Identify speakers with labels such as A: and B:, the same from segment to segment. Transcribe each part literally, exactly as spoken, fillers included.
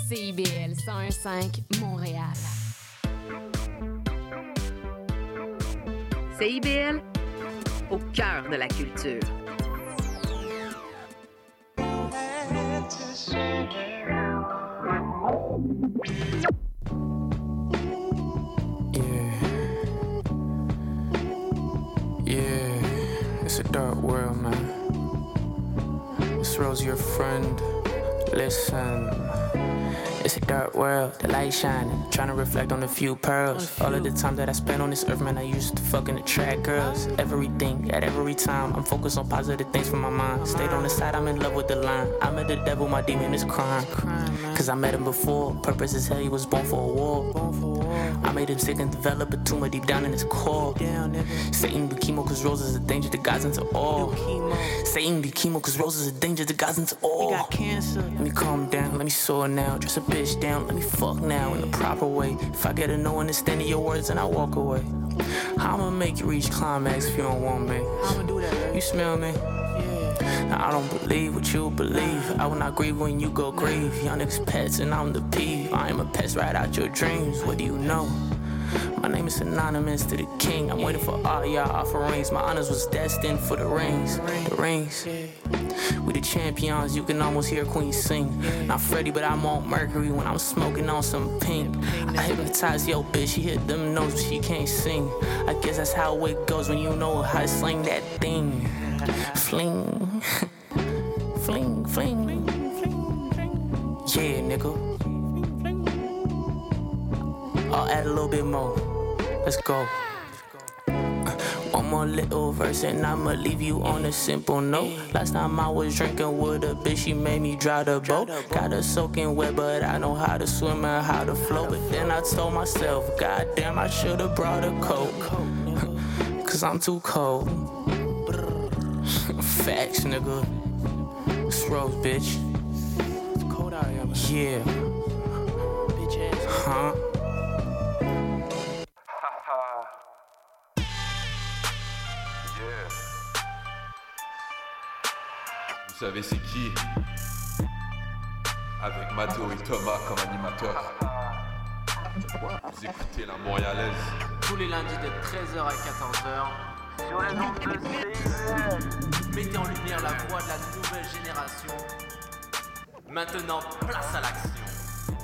A: C I B L cent un virgule cinq Montréal.
B: C I B L, au cœur de la culture.
C: Yeah. Yeah, it's a dark world, man. This Rose, your friend. Listen. It's a dark world, the light shining, trying to reflect on a few pearls. All of the time that I spent on this earth, man, I used to fucking attract girls. Everything, at every time, I'm focused on positive things for my mind. Stayed on the side, I'm in love with the line. I met the devil, my demon is crime. Cause I met him before, purpose is hell, he was born for a war. I made him sick and develop a tumor deep down in his core. Satan be chemo cause Rose is a danger to God's into all. Satan be chemo cause Rose is a danger to God's into all. He got cancer. Let me calm down, let me soar now. Dress a bitch down, let me fuck now in the proper way. If I get a no understanding your words, then I walk away. I'ma make you reach climax if you don't want me. I'ma do that, baby. You smell me? Yeah. Now I don't believe what you believe. I will not grieve when you go grieve. Young niggas pets and I'm the peeve. I am a pest right out your dreams. What do you know? My name is synonymous to the king. I'm waiting for all y'all offerings. My honors was destined for the rings. The rings. We the champions, you can almost hear Queen sing. Not Freddie, but I'm on Mercury when I'm smoking on some pink. I hypnotize yo bitch, she hit them notes, but she can't sing. I guess that's how it goes when you know how to sling that thing. Fling. Fling, fling. Yeah, nigga. I'll add a little bit more. Let's go. One more little verse and I'ma leave you on a simple note. Last time I was drinking with a bitch, she made me drive the boat. Got her soaking wet, but I know how to swim and how to float. But then I told myself, goddamn, I should've brought a coat. Cause I'm too cold. Facts, nigga. It's Rose, bitch. It's cold out here, man. Yeah. Bitch ass. Huh?
D: Vous savez c'est qui? Avec Mathéo et Thomas comme animateurs. Vous écoutez la Montréalaise.
C: Tous les lundis de treize heures à quatorze heures. Sur les ondes de C I B L. Mettez en lumière la voix de la nouvelle génération. Maintenant, place à l'action.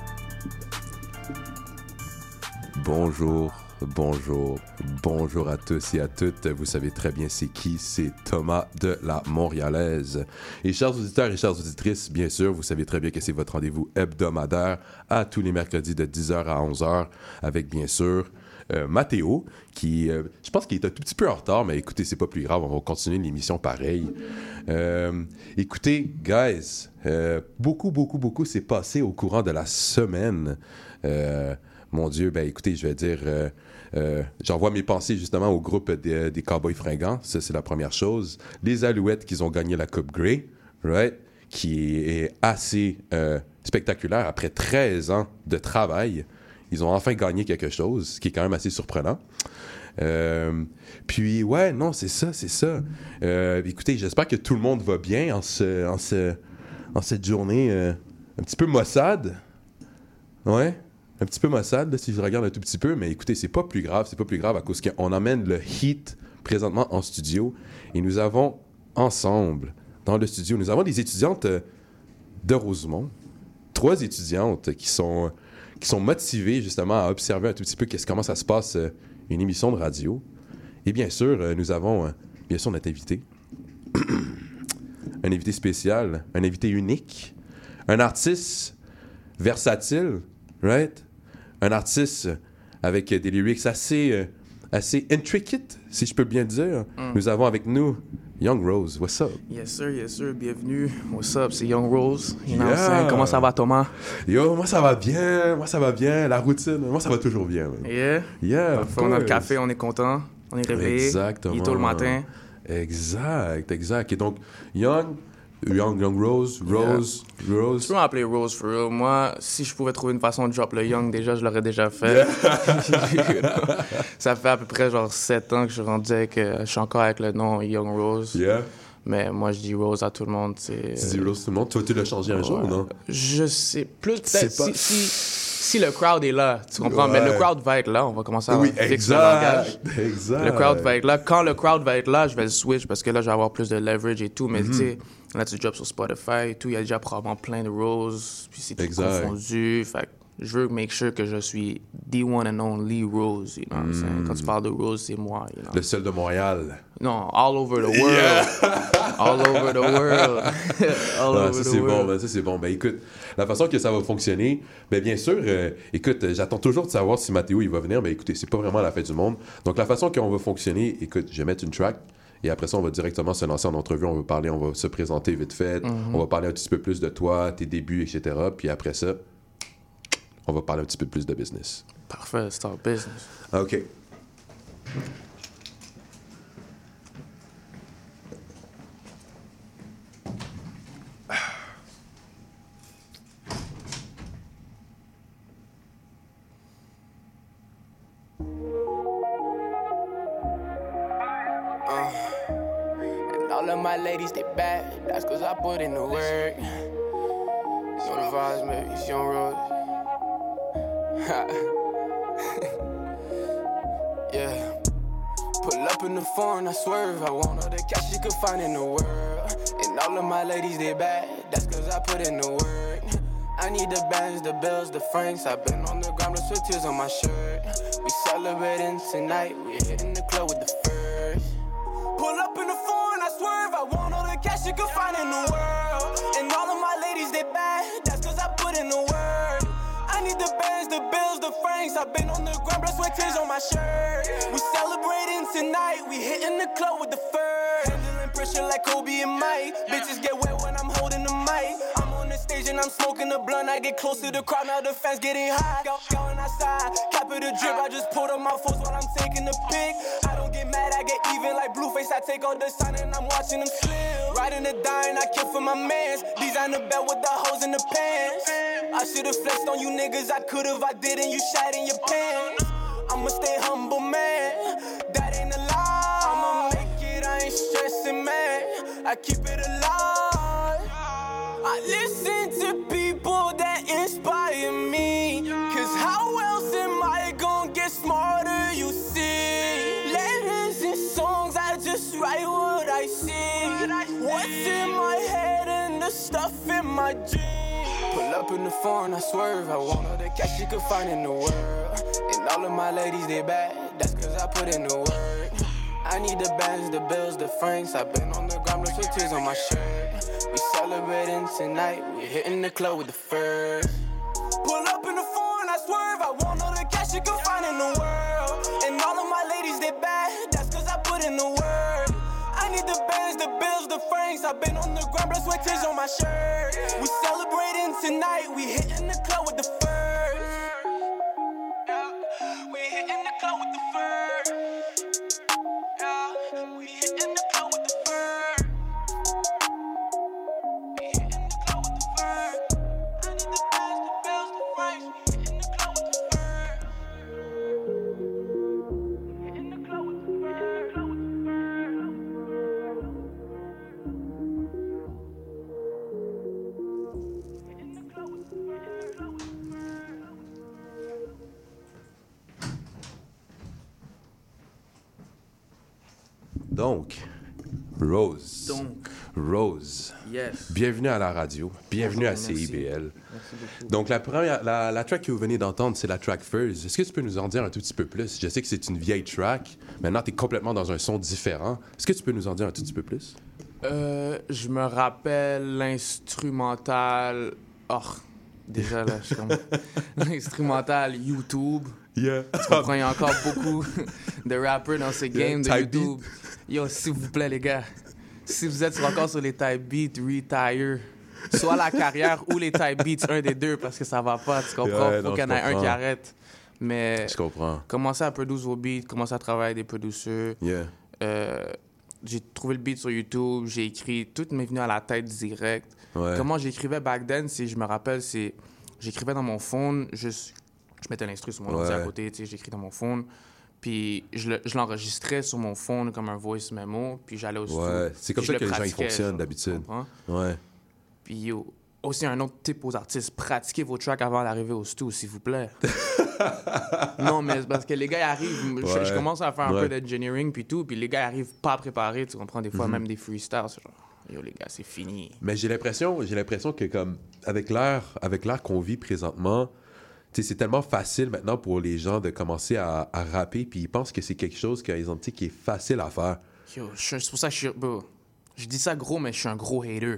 D: Bonjour. Bonjour, bonjour à tous et à toutes. Vous savez très bien c'est qui, c'est Thomas de la Montréalaise. Et chers auditeurs et chères auditrices, bien sûr, vous savez très bien que c'est votre rendez-vous hebdomadaire à tous les mercredis de dix heures à onze heures avec bien sûr euh, Mathéo, qui, euh, je pense qu'il est un tout petit peu en retard, mais écoutez, c'est pas plus grave, on va continuer l'émission pareil. Euh, écoutez, guys, euh, beaucoup, beaucoup, beaucoup s'est passé au courant de la semaine. Euh, Mon Dieu, ben écoutez, je vais dire, euh, euh, j'envoie mes pensées justement au groupe des, des Cowboys fringants, ça c'est la première chose. Les Alouettes qui ont gagné la Coupe Grey, right? Qui est assez euh, spectaculaire. Après treize ans de travail, ils ont enfin gagné quelque chose, ce qui est quand même assez surprenant. Euh, puis ouais, non, c'est ça, c'est ça. Euh, écoutez, j'espère que tout le monde va bien en, ce, en, ce, en cette journée euh, un petit peu maussade. Ouais. Un petit peu maussade, là, si je regarde un tout petit peu, mais écoutez, c'est pas plus grave, c'est pas plus grave à cause qu'on emmène le Heat présentement en studio et nous avons ensemble, dans le studio, nous avons des étudiantes de Rosemont, trois étudiantes qui sont, qui sont motivées justement à observer un tout petit peu qu'est-ce, comment ça se passe une émission de radio. Et bien sûr, nous avons bien sûr notre invité, un invité spécial, un invité unique, un artiste versatile, right? Un artiste avec des lyrics assez, assez intricate, si je peux bien dire. Mm. Nous avons avec nous Young Rose. What's up?
C: Yes, sir, yes, sir. Bienvenue. What's up? C'est Young Rose. You know yeah. what I'm saying? Comment ça va, Thomas?
D: Yo, moi, ça va bien. Moi, ça va bien. La routine, moi, ça va toujours bien. Man.
C: Yeah?
D: Yeah,
C: on a le café, on est content. On est réveillé.
D: Exactement.
C: Il est tôt le matin.
D: Exact, exact. Et donc, Young... Young, Young Rose, Rose, yeah. Rose.
C: Tu peux m'appeler Rose, for real. Moi, si je pouvais trouver une façon de drop le Young, déjà, je l'aurais déjà fait. Yeah. Ça fait à peu près genre sept ans que je suis rendu avec... Euh, je suis encore avec le nom Young Rose.
D: Yeah.
C: Mais moi, je dis Rose à tout le monde. C'est,
D: Tu dis Rose tout le monde. Tu vas-tu le changer un
C: ouais.
D: jour ou non?
C: Je sais. Plus peut-être
D: pas...
C: si, si, si le crowd est là, tu comprends? Ouais. Mais le crowd va être là. On va commencer à
D: oui,
C: fixer le langage.
D: Exact.
C: Le crowd va être là. Quand le crowd va être là, je vais le switch parce que là, je vais avoir plus de leverage et tout. Mais mm-hmm. tu sais, là, tu drops sur Spotify et tout. Il y a déjà probablement plein de Rose. Puis c'est tout exact. Confondu. Fait je veux make sure que je suis the one and only Rose, you know what I'm saying? Quand tu parles de Rose, c'est moi, you know?
D: Le seul de Montréal.
C: Non, all over the world. Yeah. all over the world. all
D: ah,
C: over
D: ça,
C: the
D: c'est
C: world.
D: bon, ben, ça, c'est bon. Ben, écoute, la façon que ça va fonctionner, ben, bien sûr, euh, écoute, j'attends toujours de savoir si Mathéo, il va venir. Mais écoutez, c'est pas vraiment la fête du monde. Donc, la façon qu'on va fonctionner, écoute, je vais mettre une track. Et après ça, on va directement se lancer en entrevue. On va parler, on va se présenter vite fait. Mm-hmm. On va parler un petit peu plus de toi, tes débuts, et cetera. Puis après ça... on va parler un petit peu plus de business.
C: Parfait, start business.
D: OK.
C: Uh, and all of my ladies, they bad. That's cause I put in the work. You know the vibes, maybe it's Young Rose. Yeah. Pull up in the foreign, I swerve. I want all the cash you could find in the world. And all of my ladies, they bad. That's cause I put in the work. I need the bands, the bills, the francs. I've been on the ground with tears on my shirt. We celebrating tonight. We hitting the club with the first. Pull up in the foreign, I swerve. I want all the cash you could find in the world. And all of my ladies, they bad. That's cause I put in the work. I need the bands, the bills, the francs. I've been on the ground, blood, sweat, tears on my shirt. We celebrating tonight, we hitting the club with the fur. Handling pressure like Kobe and Mike. Bitches get wet when I'm holding the mic. I'm on the stage and I'm smoking the blunt. I get close to the crowd, now the fans getting high. Go, going outside, cap of the drip. I just pulled on my phones while I'm taking the pic. I don't get mad, I get even like Blueface. I take all the sign and I'm watching them slip. Riding the dime, I kill for my mans. Design the belt with the hoes in the pants. I should've flexed on you niggas, I could've, I didn't, you shat in your pants. I'ma stay humble, man, that ain't a lie. I'ma make it, I ain't stressing, man, I keep it alive. I listen to people that inspire me, cause how else am I gonna get smarter, you see? Letters and songs, I just write what I see. What's in my head and the stuff in my jeans. Pull up in the foreign, I swerve. I want all the cash you could find in the world. And all of my ladies, they bad. That's cause I put in the work. I need the bands, the bills, the francs. I've been on the ground, blood, sweat, tears on my shirt. We celebrating tonight. We hitting the club with the first. Pull up in the foreign, I swerve. I want all the cash you could find in the world. And all of my ladies, they bad. That's cause I put in the work. I need the bands, the bills, the francs. I've been on the ground, blood, sweat, tears on my shirt. We celebrating tonight. We hitting the club with the first. Yeah. We hitting the club with the first. Yeah. We hitting the club with the first. We hitting the club with the first. I need the bands, the bills, the francs. We hitting the club with the first. We hitting the club with the first.
D: Donc, Rose.
C: Donc.
D: Rose.
C: Yes.
D: Bienvenue à la radio. Bienvenue
C: Bonjour,
D: à C I B L.
C: Merci beaucoup.
D: Donc, la première, la, la track que vous venez d'entendre, c'est la track Furs. Est-ce que tu peux nous en dire un tout petit peu plus? Je sais que c'est une vieille track. Maintenant, tu es complètement dans un son différent. Est-ce que tu peux nous en dire un tout petit peu plus?
C: Euh, je me rappelle l'instrumental... Oh, déjà là, je suis comme... L'instrumental YouTube.
D: Yeah.
C: Tu comprends, il y a encore beaucoup de rappers dans ce game
D: yeah,
C: de YouTube. Beat. Yo, s'il vous plaît, les gars, si vous êtes encore sur les type beats, retire. Soit la carrière ou les type beats, un des deux, parce que ça va pas, tu comprends?
D: Yeah,
C: Faut
D: non,
C: qu'il y en ait un qui arrête. Mais
D: je comprends.
C: Commencez à produire vos beats, commencez à travailler avec des producteurs.
D: Yeah.
C: Euh, j'ai trouvé le beat sur YouTube, j'ai écrit, tout m'est venu à la tête direct.
D: Ouais.
C: Comment j'écrivais back then, c'est, je me rappelle, c'est, j'écrivais dans mon phone, juste, je mettais l'instru sur mon
D: ouais.
C: ordi à côté, tu sais, j'écris dans mon phone, Puis je, le, je l'enregistrais sur mon phone comme un voice memo, puis j'allais au studio.
D: Ouais, c'est comme ça que les gens ils fonctionnent d'habitude. Ouais.
C: Puis yo, aussi un autre tip aux artistes, pratiquez vos tracks avant d'arriver au studio, s'il vous plaît. Non, mais c'est parce que les gars ils arrivent, ouais. je, je commence à faire un ouais. peu d'engineering puis tout, puis les gars ils arrivent pas préparés, tu comprends, des fois mm-hmm. même des freestyles, c'est genre, yo les gars, c'est fini.
D: Mais j'ai l'impression, j'ai l'impression que comme, avec l'ère, avec l'ère qu'on vit présentement, t'sais, c'est tellement facile maintenant pour les gens de commencer à, à rapper, puis ils pensent que c'est quelque chose qu'ils ont, qui est facile à faire.
C: Yo, je, c'est pour ça que je suis... Bro, je dis ça gros, mais je suis un gros hater.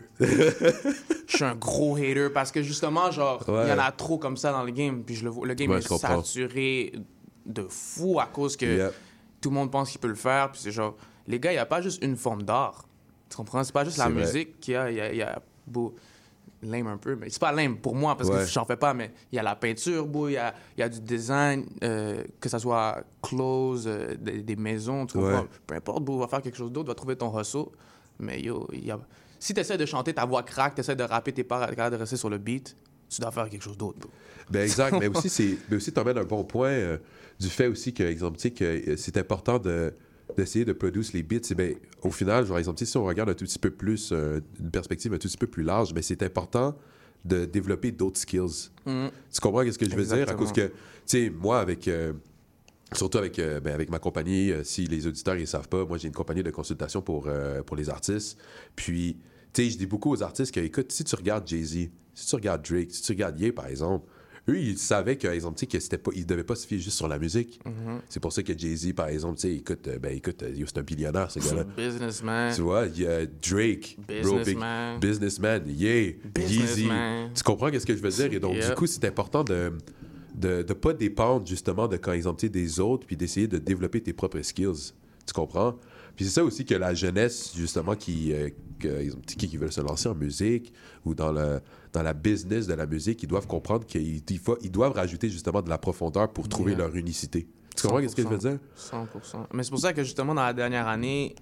C: Je suis un gros hater parce que justement, genre, il ouais. y en a trop comme ça dans le game, puis je le vois, le game ouais, est saturé de fou à cause que yep. tout le monde pense qu'il peut le faire, puis c'est genre, les gars, il n'y a pas juste une forme d'art. Tu comprends? C'est pas juste c'est la vrai. musique qu'il y a, il y a, il y a beau... lame un peu, mais c'est pas lame pour moi parce ouais. que j'en fais pas, mais il y a la peinture, il y a, y a du design, euh, que ça soit close, euh, des, des maisons, tu comprends? Ouais. Peu importe, bro, va faire quelque chose d'autre, va trouver ton hustle, mais yo, y a... si tu essaies de chanter, ta voix craque, tu essaies de rapper, t'es pas capable de rester sur le beat, tu dois faire quelque chose d'autre, bro.
D: Ben exact, mais aussi, c'est, mais aussi t'emmènes un bon point euh, du fait aussi que, exemple, tu sais, que euh, c'est important de d'essayer de produire les beats, et bien, au final, genre, exemple, si on regarde un tout petit peu plus, euh, une perspective un tout petit peu plus large, bien, c'est important de développer d'autres skills. Mm. Tu comprends ce que je veux Exactement. dire? À cause que, tu sais, moi, avec... Euh, surtout avec, euh, ben, avec ma compagnie, euh, si les auditeurs ne savent pas, moi, j'ai une compagnie de consultation pour, euh, pour les artistes. Puis, tu sais, je dis beaucoup aux artistes que, écoute, si tu regardes Jay-Z, si tu regardes Drake, si tu regardes Ye, par exemple, eux, ils savaient que, exemple, que c'était pas, ils ne devaient pas se fier juste sur la musique. Mm-hmm. C'est pour ça que Jay-Z, par exemple, tu sais, écoute, ben, écoute, c'est un billionnaire, ce gars-là.
C: Businessman.
D: Tu vois, il y a Drake,
C: businessman,
D: bro, big, businessman, yeah, Yeezy. Tu comprends qu'est-ce que je veux dire? Et donc, yep. du coup, c'est important de de ne pas dépendre, justement, de, quand exemple, des autres, puis d'essayer de développer tes propres skills. Tu comprends? Puis c'est ça aussi que la jeunesse, justement, qui, euh, que, qui, qui veulent se lancer en musique ou dans, le, dans la business de la musique, ils doivent comprendre qu'ils ils doivent rajouter, justement, de la profondeur pour trouver yeah. leur unicité. Tu comprends ce que je veux dire?
C: cent pour cent. Mais c'est pour ça que, justement, dans la dernière année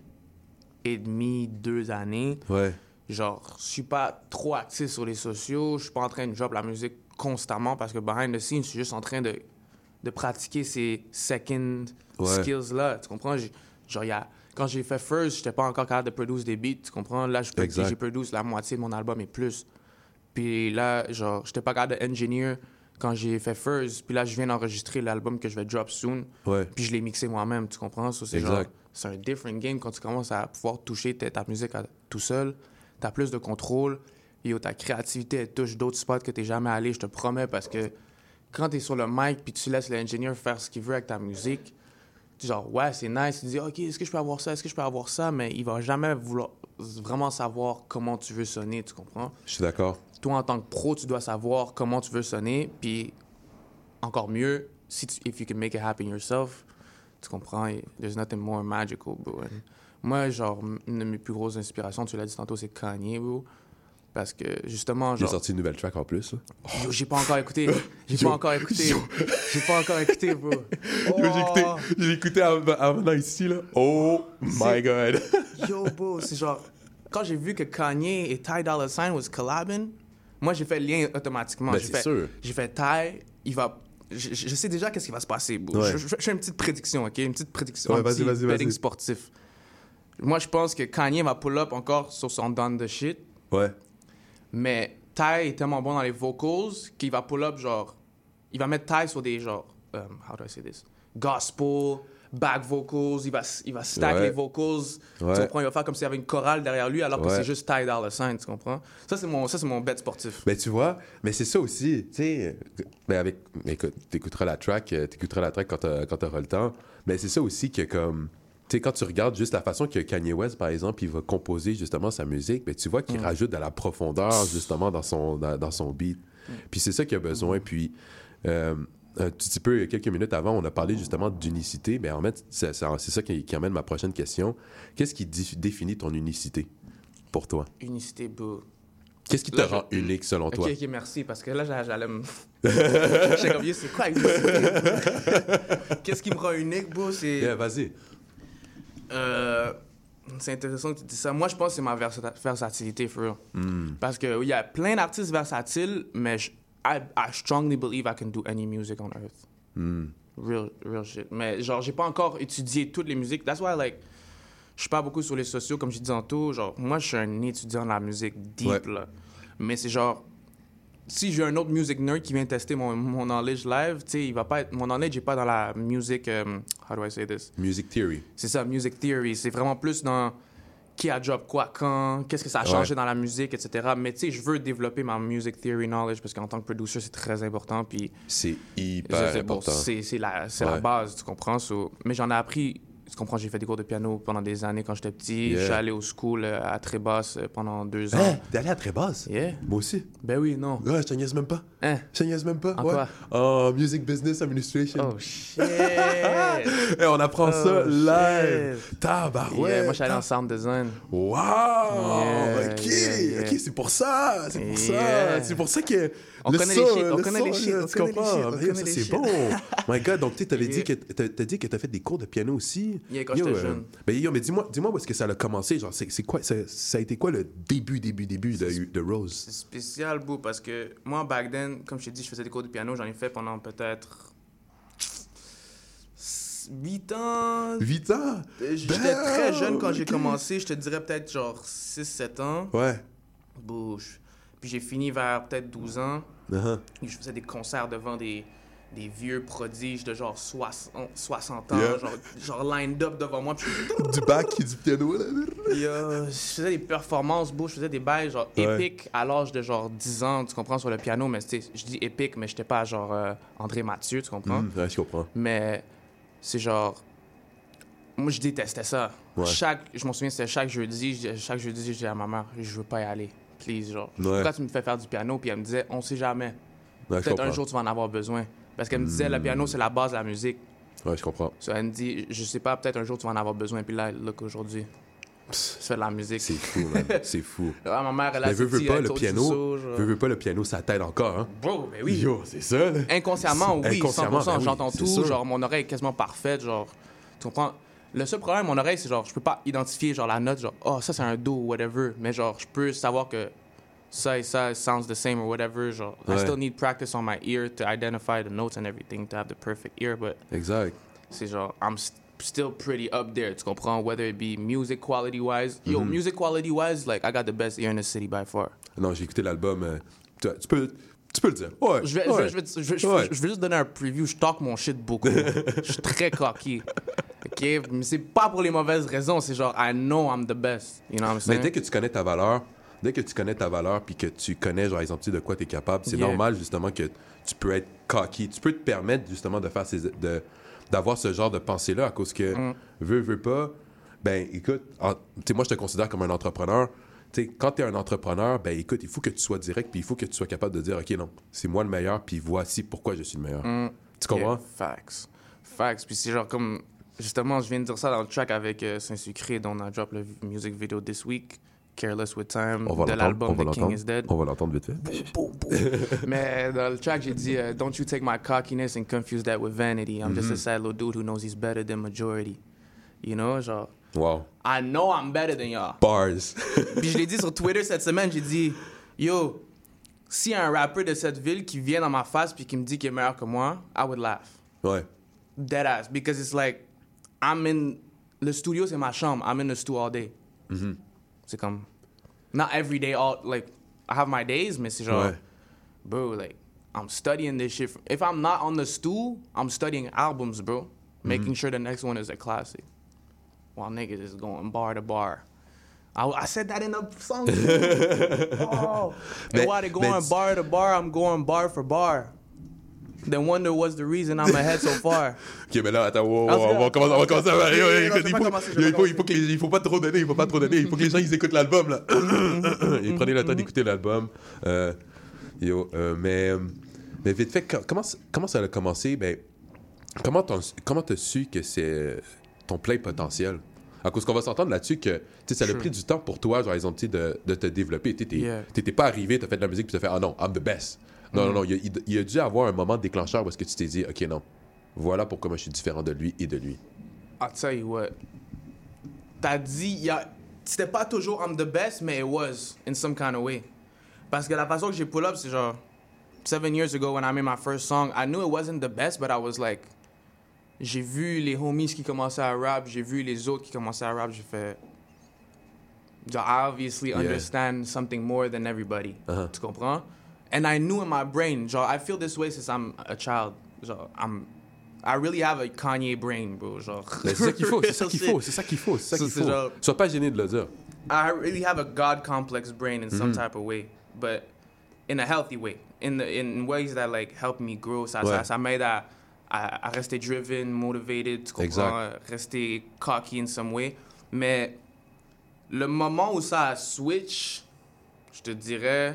C: et demie, deux années,
D: ouais.
C: genre, je suis pas trop actif sur les sociaux, je suis pas en train de drop la musique constamment parce que behind the scenes, je suis juste en train de, de pratiquer ces second ouais. skills-là. Tu comprends? J'ai, genre, y a, quand j'ai fait First, j'étais pas encore capable de produire des beats. Tu comprends? Là, je peux, j'ai produit la moitié de mon album et plus. Puis là, genre, j'étais pas capable d'engineer quand j'ai fait First. Puis là, je viens d'enregistrer l'album que je vais drop soon.
D: Ouais.
C: Puis je l'ai mixé moi-même. Tu comprends? So, c'est genre, c'est un different game quand tu commences à pouvoir toucher ta, ta musique à, tout seul. T'as plus de contrôle. Yo, ta créativité, elle touche d'autres spots que t'es jamais allé, je te promets, parce que quand t'es sur le mic puis tu laisses l'ingénieur faire ce qu'il veut avec ta musique, genre, ouais, c'est nice, tu dis, OK, est-ce que je peux avoir ça, est-ce que je peux avoir ça, mais il va jamais vouloir vraiment savoir comment tu veux sonner, tu comprends?
D: Je suis d'accord.
C: Toi, en tant que pro, tu dois savoir comment tu veux sonner, puis encore mieux, si tu, if you can make it happen yourself, tu comprends? There's nothing more magical, bro. And moi, genre, une de mes plus grosses inspirations, tu l'as dit tantôt, c'est Kanye, bro. Parce que, justement, genre...
D: Il a sorti une nouvelle track en plus.
C: Oh. Yo, j'ai pas encore écouté. J'ai yo, pas encore écouté. Yo. J'ai pas encore écouté, bro. Oh.
D: Yo, j'ai écouté, j'ai écouté avant, avant ici, là. Oh my God.
C: Yo, bro, c'est genre... Quand j'ai vu que Kanye et Ty Dolla $ign was collabing, moi, j'ai fait le lien automatiquement.
D: Ben,
C: j'ai
D: c'est
C: fait,
D: sûr.
C: J'ai fait Ty, il va... Je, je sais déjà qu'est-ce qui va se passer, bro.
D: Ouais.
C: Je, je, je fais une petite prédiction, OK? Une petite prédiction.
D: Ouais,
C: un
D: vas-y,
C: petit
D: vas-y,
C: betting
D: vas-y.
C: sportif. Moi, je pense que Kanye va pull up encore sur son done the shit.
D: Ouais.
C: Mais Ty est tellement bon dans les vocals qu'il va pull up, genre... Il va mettre Ty sur des, genre... Um, how do I say this? Gospel, back vocals. Il va, il va stack
D: ouais.
C: les vocals.
D: Ouais.
C: Tu comprends? Il va faire comme s'il y avait une chorale derrière lui, alors que
D: ouais.
C: c'est juste Ty Dolla $ign, tu comprends? Ça, c'est mon, ça, c'est mon bet sportif.
D: Ben, tu vois, mais c'est ça aussi, tu sais... Ben, avec... Écoute, t'écouteras la track, t'écouteras la track quand t'auras, quand t'auras le temps. Mais c'est ça aussi que, comme... Tu sais, quand tu regardes juste la façon que Kanye West, par exemple, il va composer justement sa musique, ben, tu vois qu'il mm. rajoute de la profondeur justement dans son, dans, dans son beat. Mm. Puis c'est ça qu'il a besoin. Mm. Puis euh, un petit peu, quelques minutes avant, on a parlé justement d'unicité. Mais en fait, c'est, c'est, c'est ça qui, qui amène ma prochaine question. Qu'est-ce qui dé- définit ton unicité pour toi?
C: Unicité, bro.
D: Qu'est-ce qui te là, rend je... unique selon
C: okay,
D: toi?
C: OK, OK, merci. Parce que là, j'allais me... J'étais comme, c'est quoi unicité? Qu'est-ce qui me rend unique, bro? C'est...
D: Yeah, vas-y.
C: Euh, c'est intéressant que tu dis ça. Moi, je pense que c'est ma versa- versatilité, for real. Mm. Parce qu'il oui, y a plein d'artistes versatiles, mais je, I, I strongly believe I can do any music on earth.
D: Mm.
E: Real, real shit. Mais genre, j'ai pas encore étudié toutes les musiques. That's why, like, je suis pas beaucoup sur les sociaux, comme j'ai dit tantôt. Genre, moi, je suis un étudiant de la musique deep,
D: Ouais.
E: là. Mais c'est genre, si j'ai un autre music nerd qui vient tester mon, mon knowledge live, tu sais, il va pas être... Mon knowledge n'est pas dans la music... Um, how do I say this?
D: Music theory.
E: C'est ça, music theory. C'est vraiment plus dans qui a drop quoi, quand, qu'est-ce que ça a changé
D: Ouais.
E: dans la musique, et cetera. Mais tu sais, je veux développer ma music theory knowledge parce qu'en tant que producer, c'est très important. Puis
D: C'est hyper
E: c'est- c'est bon,
D: important.
E: c'est c'est la, c'est la
D: Ouais.
E: base, tu comprends? So, mais j'en ai appris, tu comprends, j'ai fait des cours de piano pendant des années quand j'étais petit.
D: Yeah.
E: Je suis allé au school euh, à Trébas euh, pendant deux ans.
D: Hein? T'es allé à très basse?
E: Yeah.
D: Moi aussi.
E: Ben oui, non.
D: Ouais, je te niaise même pas.
E: Hein?
D: Je te niaise même pas.
E: En
D: ouais.
E: quoi?
D: En Music Business Administration.
E: Oh shit!
D: Hey, on apprend
E: Oh,
D: ça live.
E: shit.
D: Tabarouette.
E: Yeah, moi, je suis allé en sound design.
D: Wow!
E: Yeah,
D: ok,
E: yeah, yeah.
D: ok, c'est pour ça, c'est pour ça,
E: Yeah.
D: c'est pour ça que
E: On
D: le
E: connaît
D: son,
E: les shit, on
D: le
E: connaît
D: son,
E: les shit,
D: là,
E: on
D: tu
E: connaît les
D: comprends?
E: shit, on
D: Yo,
E: connaît
D: ça
E: les
D: c'est
E: shit.
D: bon. My God, donc tu avais dit
E: Yeah.
D: que t'as t'as dit que t'as fait des cours de piano aussi.
E: Yeah, quand
D: Yo,
E: j'étais
D: euh,
E: jeune.
D: Ben yo, mais dis-moi, dis-moi où est-ce que ça a commencé, genre c'est c'est quoi, ça, ça a été quoi le début, début, début de, de Rose?
E: C'est spécial, boo, parce que moi, back then, comme je t'ai dit, je faisais des cours de piano. J'en ai fait pendant peut-être huit ans.
D: huit ans?
E: J'étais
D: Damn,
E: très jeune quand j'ai
D: ok.
E: commencé. Je te dirais peut-être genre six sept ans.
D: Ouais.
E: Bouge. Puis j'ai fini vers peut-être douze ans.
D: Uh-huh.
E: Et je faisais des concerts devant des, des vieux prodiges de genre soixante, soixante ans.
D: Yeah.
E: Genre, genre lined up devant moi. Puis je-
D: Du bac et du piano là.
E: Puis, euh, je faisais des performances, beau, je faisais des bails genre
D: Ouais.
E: épiques à l'âge de genre dix ans, tu comprends, sur le piano. Mais tu sais, je dis épique, mais j'étais pas genre euh, André Mathieu, tu comprends?
D: Mm, ouais, je comprends.
E: Mais c'est genre. Moi, je détestais ça.
D: Ouais.
E: Chaque, je m'en souviens, c'était chaque jeudi. je- Chaque jeudi, je disais à ma mère, je veux pas y aller. Please, genre.
D: Ouais.
E: Pourquoi tu me fais faire du piano? Puis elle me disait, on sait jamais.
D: Ouais, je
E: Peut-être un
D: comprends.
E: jour, tu vas en avoir besoin. Parce qu'elle me disait, le piano, c'est la base de la musique.
D: Ouais, je comprends.
E: So, elle me dit, je sais pas, peut-être un jour, tu vas en avoir besoin. Puis là, look, aujourd'hui, tu fais de la musique.
D: C'est fou, man. C'est fou.
E: Ah, ma mère, elle a
D: Mais veux, veux
E: dit,
D: pas,
E: elle
D: le
E: told
D: piano,
E: you so, genre.
D: veux, veux pas, le piano, ça t'aide encore, hein?
E: Bro, ben oui.
D: Yo, c'est ça, là.
E: Inconsciemment, oui,
D: Inconsciemment,
E: cent pour cent.
D: ben oui,
E: J'entends
D: c'est
E: tout,
D: sûr.
E: genre, mon oreille est quasiment parfaite, genre, tu comprends? Le seul problème, mon oreille, c'est genre, je peux pas identifier, genre, la note, genre, oh, ça, c'est un do ou whatever, mais genre, je peux savoir que ça et ça sounds the same or whatever, genre, I
D: Ouais.
E: still need practice on my ear to identify the notes and everything, to have the perfect ear, but
D: Exact.
E: c'est genre, I'm st- still pretty up there, tu comprends? Whether it be music quality-wise. Yo,
D: Mm-hmm.
E: music quality-wise, like, I got the best ear in the city by far.
D: Non, j'ai écouté l'album. euh, tu, tu peux, tu peux le dire. Ouais.
E: Je vais,
D: ouais.
E: je, vais, je, vais, je, vais, je,
D: Ouais.
E: vais, je vais juste donner un preview. Je talk mon shit beaucoup. Je suis très cocky. OK? Mais c'est pas pour les mauvaises raisons. C'est genre, I know I'm the best. You know what I'm
D: Mais
E: saying?
D: dès que tu connais ta valeur, dès que tu connais ta valeur, puis que tu connais, genre, exemple, de quoi tu es capable, c'est
E: Yeah.
D: normal, justement, que tu peux être cocky. Tu peux te permettre, justement, de faire ces, de, d'avoir ce genre de pensée-là, à cause que,
E: Mm.
D: veux, veux pas, ben, écoute, en- tu sais, moi, je te considère comme un entrepreneur. Tu sais, quand tu es un entrepreneur, ben, écoute, il faut que tu sois direct, puis il faut que tu sois capable de dire, OK, non, c'est moi le meilleur, puis voici pourquoi je suis le meilleur.
E: Mm.
D: Tu comprends?
E: Yeah, facts. Facts. Puis c'est genre comme... Justement, je viens de dire ça dans le track avec euh, Saint-Sucré, dont on a drop le music video this week. Careless with Time,
D: On va
E: de
D: l'entendre, on
E: l'album
D: va
E: The King
D: l'entendre.
E: is Dead.
D: On va l'entendre vite fait.
E: Mais dans le track, j'ai dit euh, Don't you take my cockiness and confuse that with vanity. I'm just a sad little dude who knows he's better than majority. You know, genre,
D: Wow.
E: I know I'm better than y'all.
D: Bars.
E: Puis je l'ai dit sur Twitter cette semaine, j'ai dit Yo, s'il y a un rappeur de cette ville qui vient dans ma face puis qui me dit qu'il est meilleur que moi, I would laugh.
D: Ouais.
E: Dead ass. Because it's like, I'm in. Le studio, c'est ma chambre. I'm in the studio all day. C'est comme. Not every day, all. Like, I have my days, mais c'est genre.
D: Ouais.
E: Bro, like, I'm studying this shit. If I'm not on the stool, I'm studying albums, bro. Making sure the next one is a classic. While niggas is going bar to bar. I, I said that in the song. oh.
D: Mais-
E: And while they going
D: mais tu-
E: bar to bar, I'm going bar for bar. Then wonder what's the reason I'm ahead so far.
D: Ok, mais là, attends, wow, wow,
E: Parce que-
D: on va commencer, on va commencer. à- Yo, yo,
E: Non,
D: écoute,
E: je vais
D: il
E: pas
D: faut,
E: commencer, je vais
D: il
E: pas
D: faut, il faut que les- il faut pas trop donner, il faut pas trop donner, il faut que les gens ils écoutent l'album là. Et prenez le temps d'écouter l'album. Euh, yo, euh, mais, euh, mais vite fait, co- comment, comment ça a commencé? Ben, comment t'as, comment t'as su que c'est ton plein potentiel? À cause qu'on va s'entendre là-dessus que tu sais, ça a
E: Sure.
D: pris du temps pour toi, genre, exemple, tu sais, de, de te développer. Tu
E: Yeah.
D: t'étais pas arrivé, t'as fait de la musique puis t'as fait ah non, I'm the best. Non, non, non, il, y a- il- il y a dû avoir un moment déclencheur où est-ce que tu t'es dit ok, non, voilà pourquoi moi je suis différent de lui et de lui.
E: I'll tell you what. T'as dit, y a... c'était pas toujours I'm the best, mais it was, in some kind of way. Parce que la façon que j'ai pull up, c'est genre, seven years ago when I made my first song, I knew it wasn't the best, but I was like, j'ai vu les homies qui commençaient à rap, j'ai vu les autres qui commençaient à rap, j'ai fait... Genre, I obviously
D: Yeah.
E: understand something more than everybody.
D: Uh-huh.
E: Tu comprends? And I knew in my brain, genre, I feel this way since I'm a child. Genre, I'm... I really have a Kanye brain, bro. Genre...
D: Mais c'est ça qu'il faut, c'est ça qu'il faut, c'est ça qu'il faut, c'est ça
E: So
D: qu'il
E: c'est
D: faut.
E: genre-
D: Sois pas gêné de le dire.
E: I really have a God complex brain in some
D: Mhm.
E: type of way, but in a healthy way, in the in ways that like help me grow. Ça,
D: Ouais.
E: ça, ça m'aide à, à, à rester driven, motivated, tu comprends,
D: Exact.
E: rester cocky in some way. Mais le moment où ça a switch, je te dirais,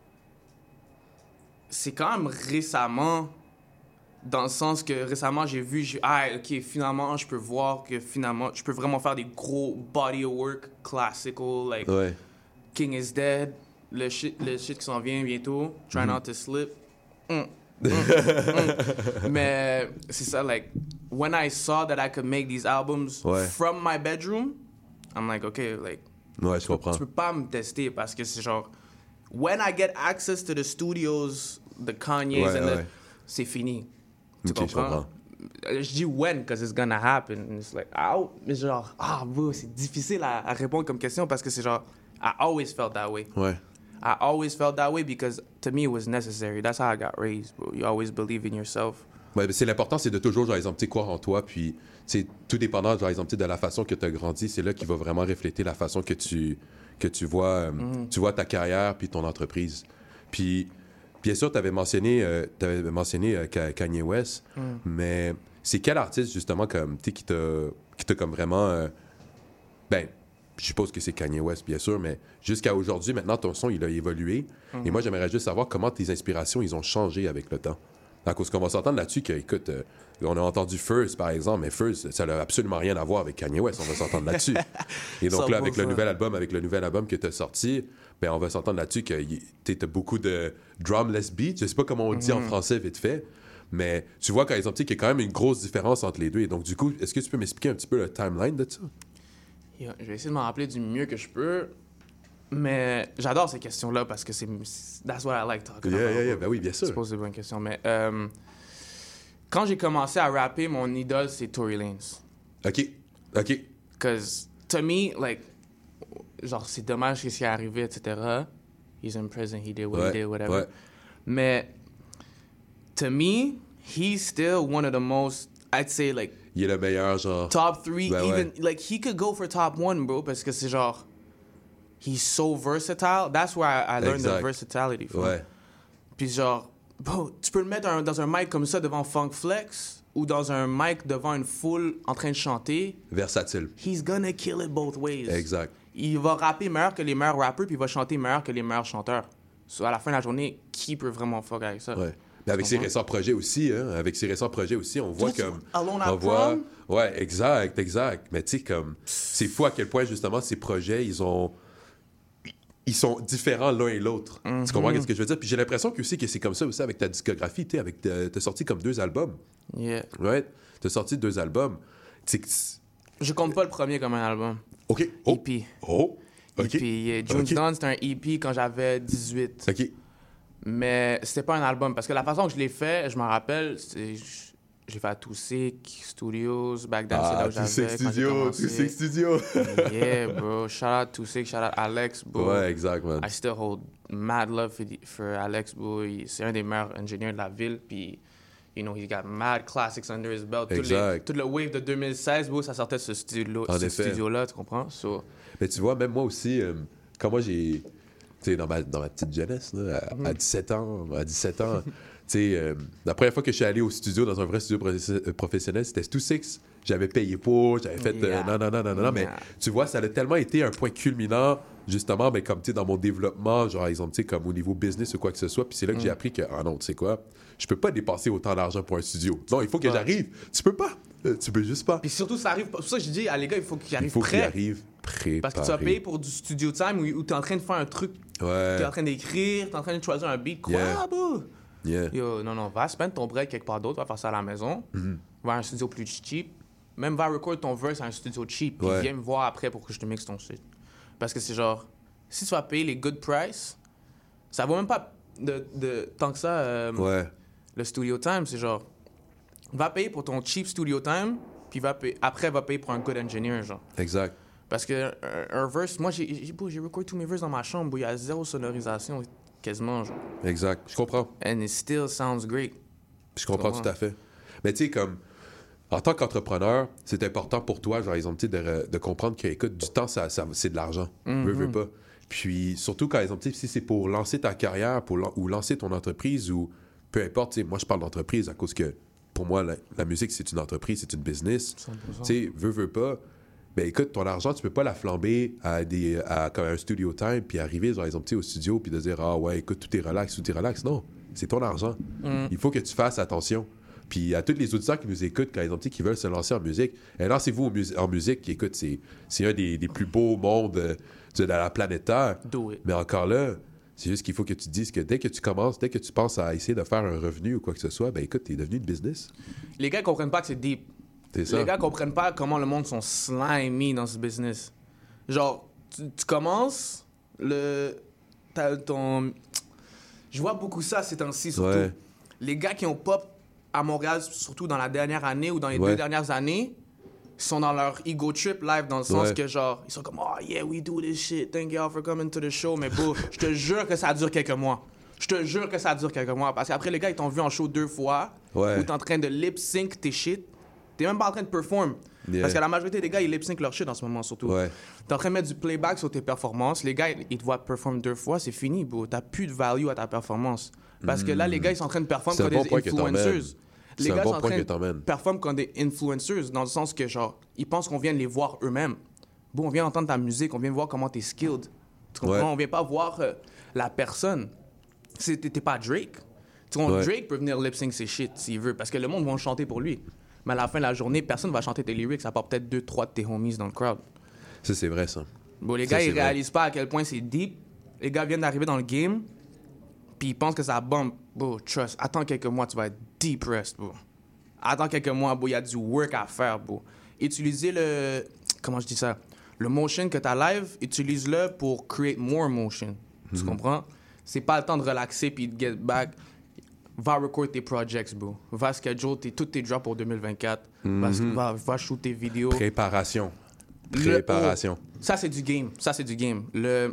E: c'est quand même récemment. Dans le sens que récemment, j'ai vu, j'ai, ah, ok, finalement, je peux voir que finalement, je peux vraiment faire des gros body of work classical, like
D: Ouais.
E: King is Dead, le shit, le shit qui s'en vient bientôt, Try
D: Mhm.
E: Not to Slip. Mm, mm, mm. Mais c'est ça, like, when I saw that I could make these albums
D: Ouais.
E: from my bedroom, I'm like, okay, like,
D: Ouais, je comprends.
E: tu peux pas me tester parce que c'est genre, when I get access to the studios, the Kanye's,
D: Ouais,
E: and the-
D: ouais.
E: c'est fini. Tu
D: Ok, je
E: comprends?
D: comprends.
E: Euh, Je dis when, because it's gonna happen. And it's like, ah, mais genre, ah, bro, c'est difficile à, à répondre comme question parce que c'est genre, I always felt that way.
D: Ouais.
E: I always felt that way because to me it was necessary. That's how I got raised, bro. You always believe in yourself.
D: Ouais, mais c'est l'important, c'est de toujours, genre, exemple, tu sais, croire en toi, puis, c'est tout dépendant, genre, exemple, tu sais, de la façon que tu as grandi, c'est là qui va vraiment refléter la façon que tu, que tu vois, euh,
E: Mm.
D: tu vois ta carrière puis ton entreprise. Puis, bien sûr, tu avais mentionné, euh, t'avais mentionné euh, Ka- Kanye West,
E: Mm.
D: mais c'est quel artiste, justement, comme, tu sais, qui t'a, qui t'a comme vraiment, euh, ben, je suppose que c'est Kanye West, bien sûr, mais jusqu'à aujourd'hui, maintenant, ton son, il a évolué.
E: Mm.
D: Et moi, j'aimerais juste savoir comment tes inspirations, ils ont changé avec le temps. À cause qu'on va s'entendre là-dessus que, écoute, euh, on a entendu First, par exemple, mais First, ça n'a absolument rien à voir avec Kanye West, on va s'entendre là-dessus. Et donc là, avec le
E: cent pour cent.
D: nouvel album, avec le nouvel album que tu as sorti, ben, on va s'entendre là-dessus que tu as beaucoup de drumless beats, je sais pas comment on le dit en français vite fait, mais tu vois, par exemple, tu sais, qu'il y a quand même une grosse différence entre les deux. Et donc, du coup, est-ce que tu peux m'expliquer un petit peu le timeline de ça?
E: Yeah, je vais essayer de m'en rappeler du mieux que je peux. Mais j'adore ces questions-là parce que c'est. That's what I like talking
D: Yeah,
E: about.
D: yeah, yeah, ben oui, bien sûr.
E: Je pose des bonnes questions. Mais euh, quand j'ai commencé à rapper, mon idole, c'est Tory Lanez.
D: OK, OK.
E: Because to me, like, genre, c'est dommage ce qui est arrivé, et cetera. He's in prison, he did what
D: Ouais,
E: he did, whatever.
D: ouais.
E: Mais to me, he's still one of the most, I'd say, like,
D: Il est le meilleur, genre...
E: top three,
D: Ben
E: even,
D: ouais.
E: like, he could go for top one, bro, parce que c'est genre, he's so versatile. That's where I, I learned
D: Exact.
E: the versatility from.
D: Ouais.
E: Puis genre, bro, tu peux le mettre un- dans un mic comme ça devant Funk Flex ou dans un mic devant une foule en train de chanter.
D: Versatile.
E: He's gonna kill it both ways.
D: Exact.
E: Il va rapper meilleur que les meilleurs rappeurs, puis il va chanter meilleur que les meilleurs chanteurs. So, à la fin de la journée, qui peut vraiment fuck avec ça?
D: Ouais. Mais avec ses
E: comprends?
D: récents projets aussi, hein, avec ses récents projets aussi, on voit
E: Tu-
D: comme...
E: Alone at
D: on voit...
E: Prom?
D: Ouais, exact, exact. Mais tu sais, comme... C'est fou à quel point, justement, ces projets, ils ont... Ils sont différents l'un et l'autre. Tu comprends
E: Mhm.
D: ce que je veux dire? Puis j'ai l'impression que, aussi, que c'est comme ça aussi avec ta discographie. Tu sais, avec ta- t'as sorti comme deux albums.
E: Yeah.
D: Right? T'as sorti deux albums. Tu sais que-
E: Je compte pas le premier comme un album.
D: OK. Oh.
E: E P.
D: Oh. OK.
E: E P. yeah. June's
D: OK.
E: Dawn, c'était un E P quand j'avais dix-huit.
D: OK.
E: Mais c'était pas un album. Parce que la façon que je l'ai fait, je m'en rappelle, c'est... J'ai fait à Toussic Studios, back then, c'est là
D: Ah,
E: où j'avais
D: Toussic
E: quand j'ai
D: Studio,
E: commencé.
D: Toussic Studio.
E: Yeah, bro. Shout out Toussic, shout out Alex, bro.
D: Ouais, exact, man.
E: I still hold mad love for, the- for Alex, bro. Il- C'est un des meilleurs ingénieurs de la ville, puis, you know, he's got mad classics under his belt. Tout, les,
D: Exact.
E: tout le wave de deux mille seize, bro, ça sortait de ce studio-
D: En
E: ce
D: effet.
E: studio-là, tu comprends? So,
D: Mais tu vois, même moi aussi, euh, quand moi j'ai. Tu sais, dans ma, dans ma petite jeunesse, là, à,
E: Mhm.
D: à dix-sept ans, à dix-sept ans, tu sais, euh, la première fois que je suis allé au studio, dans un vrai studio pro- professionnel, c'était Two Six. J'avais payé pour, j'avais fait. euh,
E: Yeah.
D: non, non, non, non, non, non, mais
E: Yeah.
D: tu vois, ça a tellement été un point culminant, justement, ben, comme tu sais, dans mon développement, genre, exemple, tu sais, comme au niveau business ou quoi que ce soit. Puis c'est là que j'ai
E: Mm.
D: appris que, ah non, tu sais quoi, je peux pas dépenser autant d'argent pour un studio. Non, il faut que
E: Ouais.
D: j'arrive. Tu peux pas. Euh, Tu peux juste pas.
E: Puis surtout, ça arrive. C'est pour ça que je dis à les gars, il faut qu'ils
D: Il
E: arrivent
D: faut qu'il
E: prêts.
D: arrive préparé.
E: Parce que tu vas payer pour du studio time où, où tu es en train de faire un truc, tu
D: Ouais.
E: es en train d'écrire, tu es en train de choisir un beat. Quoi,
D: Yeah.
E: bro?
D: Yeah.
E: Yo, non, non, va spend ton break quelque part d'autre, va faire ça à la maison,
D: Mhm.
E: va à un studio plus cheap, même va record ton verse à un studio cheap, puis
D: Ouais.
E: viens me voir après pour que je te mixe ton shit. Parce que c'est genre, si tu vas payer les good price, ça vaut même pas de, de tant que ça, euh,
D: Ouais.
E: le studio time, c'est genre, va payer pour ton cheap studio time, puis va payer, après, va payer pour un good engineer, genre.
D: Exact.
E: Parce que un, un verse, moi, j'ai, j'ai, j'ai recordé tous mes verses dans ma chambre, il y a zéro sonorisation, quasiment, genre.
D: Exact. Je comprends.
E: And it still sounds great.
D: Je comprends tout à fait. Mais tu sais, comme, en tant qu'entrepreneur, c'est important pour toi, genre, exemple, de, de comprendre que, écoute, du temps, ça, ça, c'est de l'argent. Mm-hmm. Veux, veux pas. Puis, surtout quand, exemple, si c'est pour lancer ta carrière pour lan- ou lancer ton entreprise ou peu importe, tu sais, moi, je parle d'entreprise à cause que, pour moi, la, la musique, c'est une entreprise, c'est une business. Tu sais, veux, veux pas. Ben écoute, ton argent, tu peux pas la flamber à, des, à comme un studio time puis arriver, genre, exemple, au studio puis de dire « Ah ouais, écoute, tout est relax, tout est relax. » Non, c'est ton argent. Mm. Il faut que tu fasses attention. Puis à tous les auditeurs qui nous écoutent, quand ils ont dit qu'ils veulent se lancer en musique, eh, lancez-vous en, mus- en musique. Écoute, c'est, c'est un des, des plus beaux mondes euh, de la planète Terre.
E: Do it.
D: Mais encore là, c'est juste qu'il faut que tu te dises que dès que tu commences, dès que tu penses à essayer de faire un revenu ou quoi que ce soit, ben écoute, t'es devenu une business.
E: Les gars comprennent pas que c'est deep.
D: C'est ça.
E: Les gars comprennent pas comment le monde sont slimy dans ce business. Genre, tu, tu commences, le... T'as ton... Je vois beaucoup ça ces temps-ci, surtout.
D: Ouais.
E: Les gars qui ont pop à Montréal, surtout dans la dernière année ou dans les
D: ouais.
E: deux dernières années, sont dans leur ego trip live dans le sens
D: ouais.
E: que genre, ils sont comme « Oh yeah, we do this shit, thank y'all for coming to the show », mais bro, je te jure que ça dure quelques mois. Je te jure que ça dure quelques mois. Parce qu'après, les gars, ils t'ont vu en show deux fois,
D: ouais.
E: où t'es en train de lip-sync tes shit. T'es même pas en train de perform. Yeah. Parce que la majorité des gars, ils lip-sync leur shit en ce moment, surtout.
D: Ouais.
E: T'es en train de mettre du playback sur tes performances. Les gars, ils te voient perform deux fois, c'est fini, bro. T'as plus de value à ta performance. Parce que là, les gars, ils sont en train de perform comme
D: bon
E: des influencers. Les
D: c'est
E: gars
D: un bon
E: sont en
D: point
E: train
D: que
E: de perform comme des influencers, dans le sens que, genre, ils pensent qu'on vient de les voir eux-mêmes. Bon, on vient entendre ta musique, on vient voir comment t'es skilled. Tu comprends? Ouais. On vient pas voir euh, la personne. C'est, t'es, t'es pas Drake. Tu vois, ouais. Drake peut venir lip-sync ses shit s'il veut, parce que le monde va chanter pour lui. Mais à la fin de la journée, personne va chanter tes lyrics, à part peut-être deux, trois de tes homies dans le crowd.
D: Ça, c'est vrai, ça.
E: Bon, les
D: ça,
E: gars, ils
D: vrai.
E: réalisent pas à quel point c'est deep. Les gars viennent d'arriver dans le game, puis ils pensent que ça bombe. Bro, trust, attends quelques mois, tu vas être depressed, bro. Attends quelques mois, bro, il y a du work à faire, bro. Utilisez le... Comment je dis ça? Le motion que t'as live, utilise-le pour create more motion. Mm-hmm. Tu comprends? C'est pas le temps de relaxer puis de get back. Va record tes projects, bro. Va schedule tes, tous tes drops pour deux mille vingt-quatre. Mm-hmm. Va, va, va shoot tes vidéos.
D: Préparation. Préparation.
E: Le, oh, ça, c'est du game. Ça, c'est du game. Le,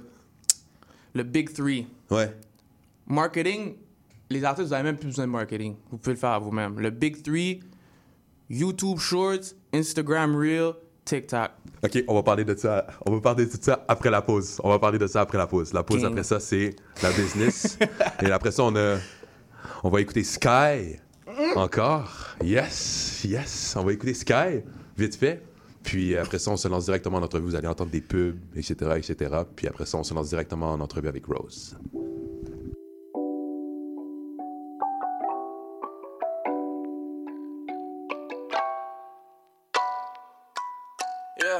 E: le Big Three.
D: Ouais.
E: Marketing, les artistes, vous n'avez même plus besoin de marketing. Vous pouvez le faire à vous-même. Le Big Three, YouTube Shorts, Instagram Reel, TikTok.
D: OK, on va parler de ça. On va parler de ça après la pause. On va parler de ça après la pause. La pause Game. Après ça, c'est la business. Et après ça, on a... On va écouter Sky. Encore. Yes, yes. On va écouter Sky, vite fait. Puis après ça, on se lance directement en entrevue. Vous allez entendre des pubs, et cetera, et cetera. Puis après ça, on se lance directement en entrevue avec Rose.
F: Yeah.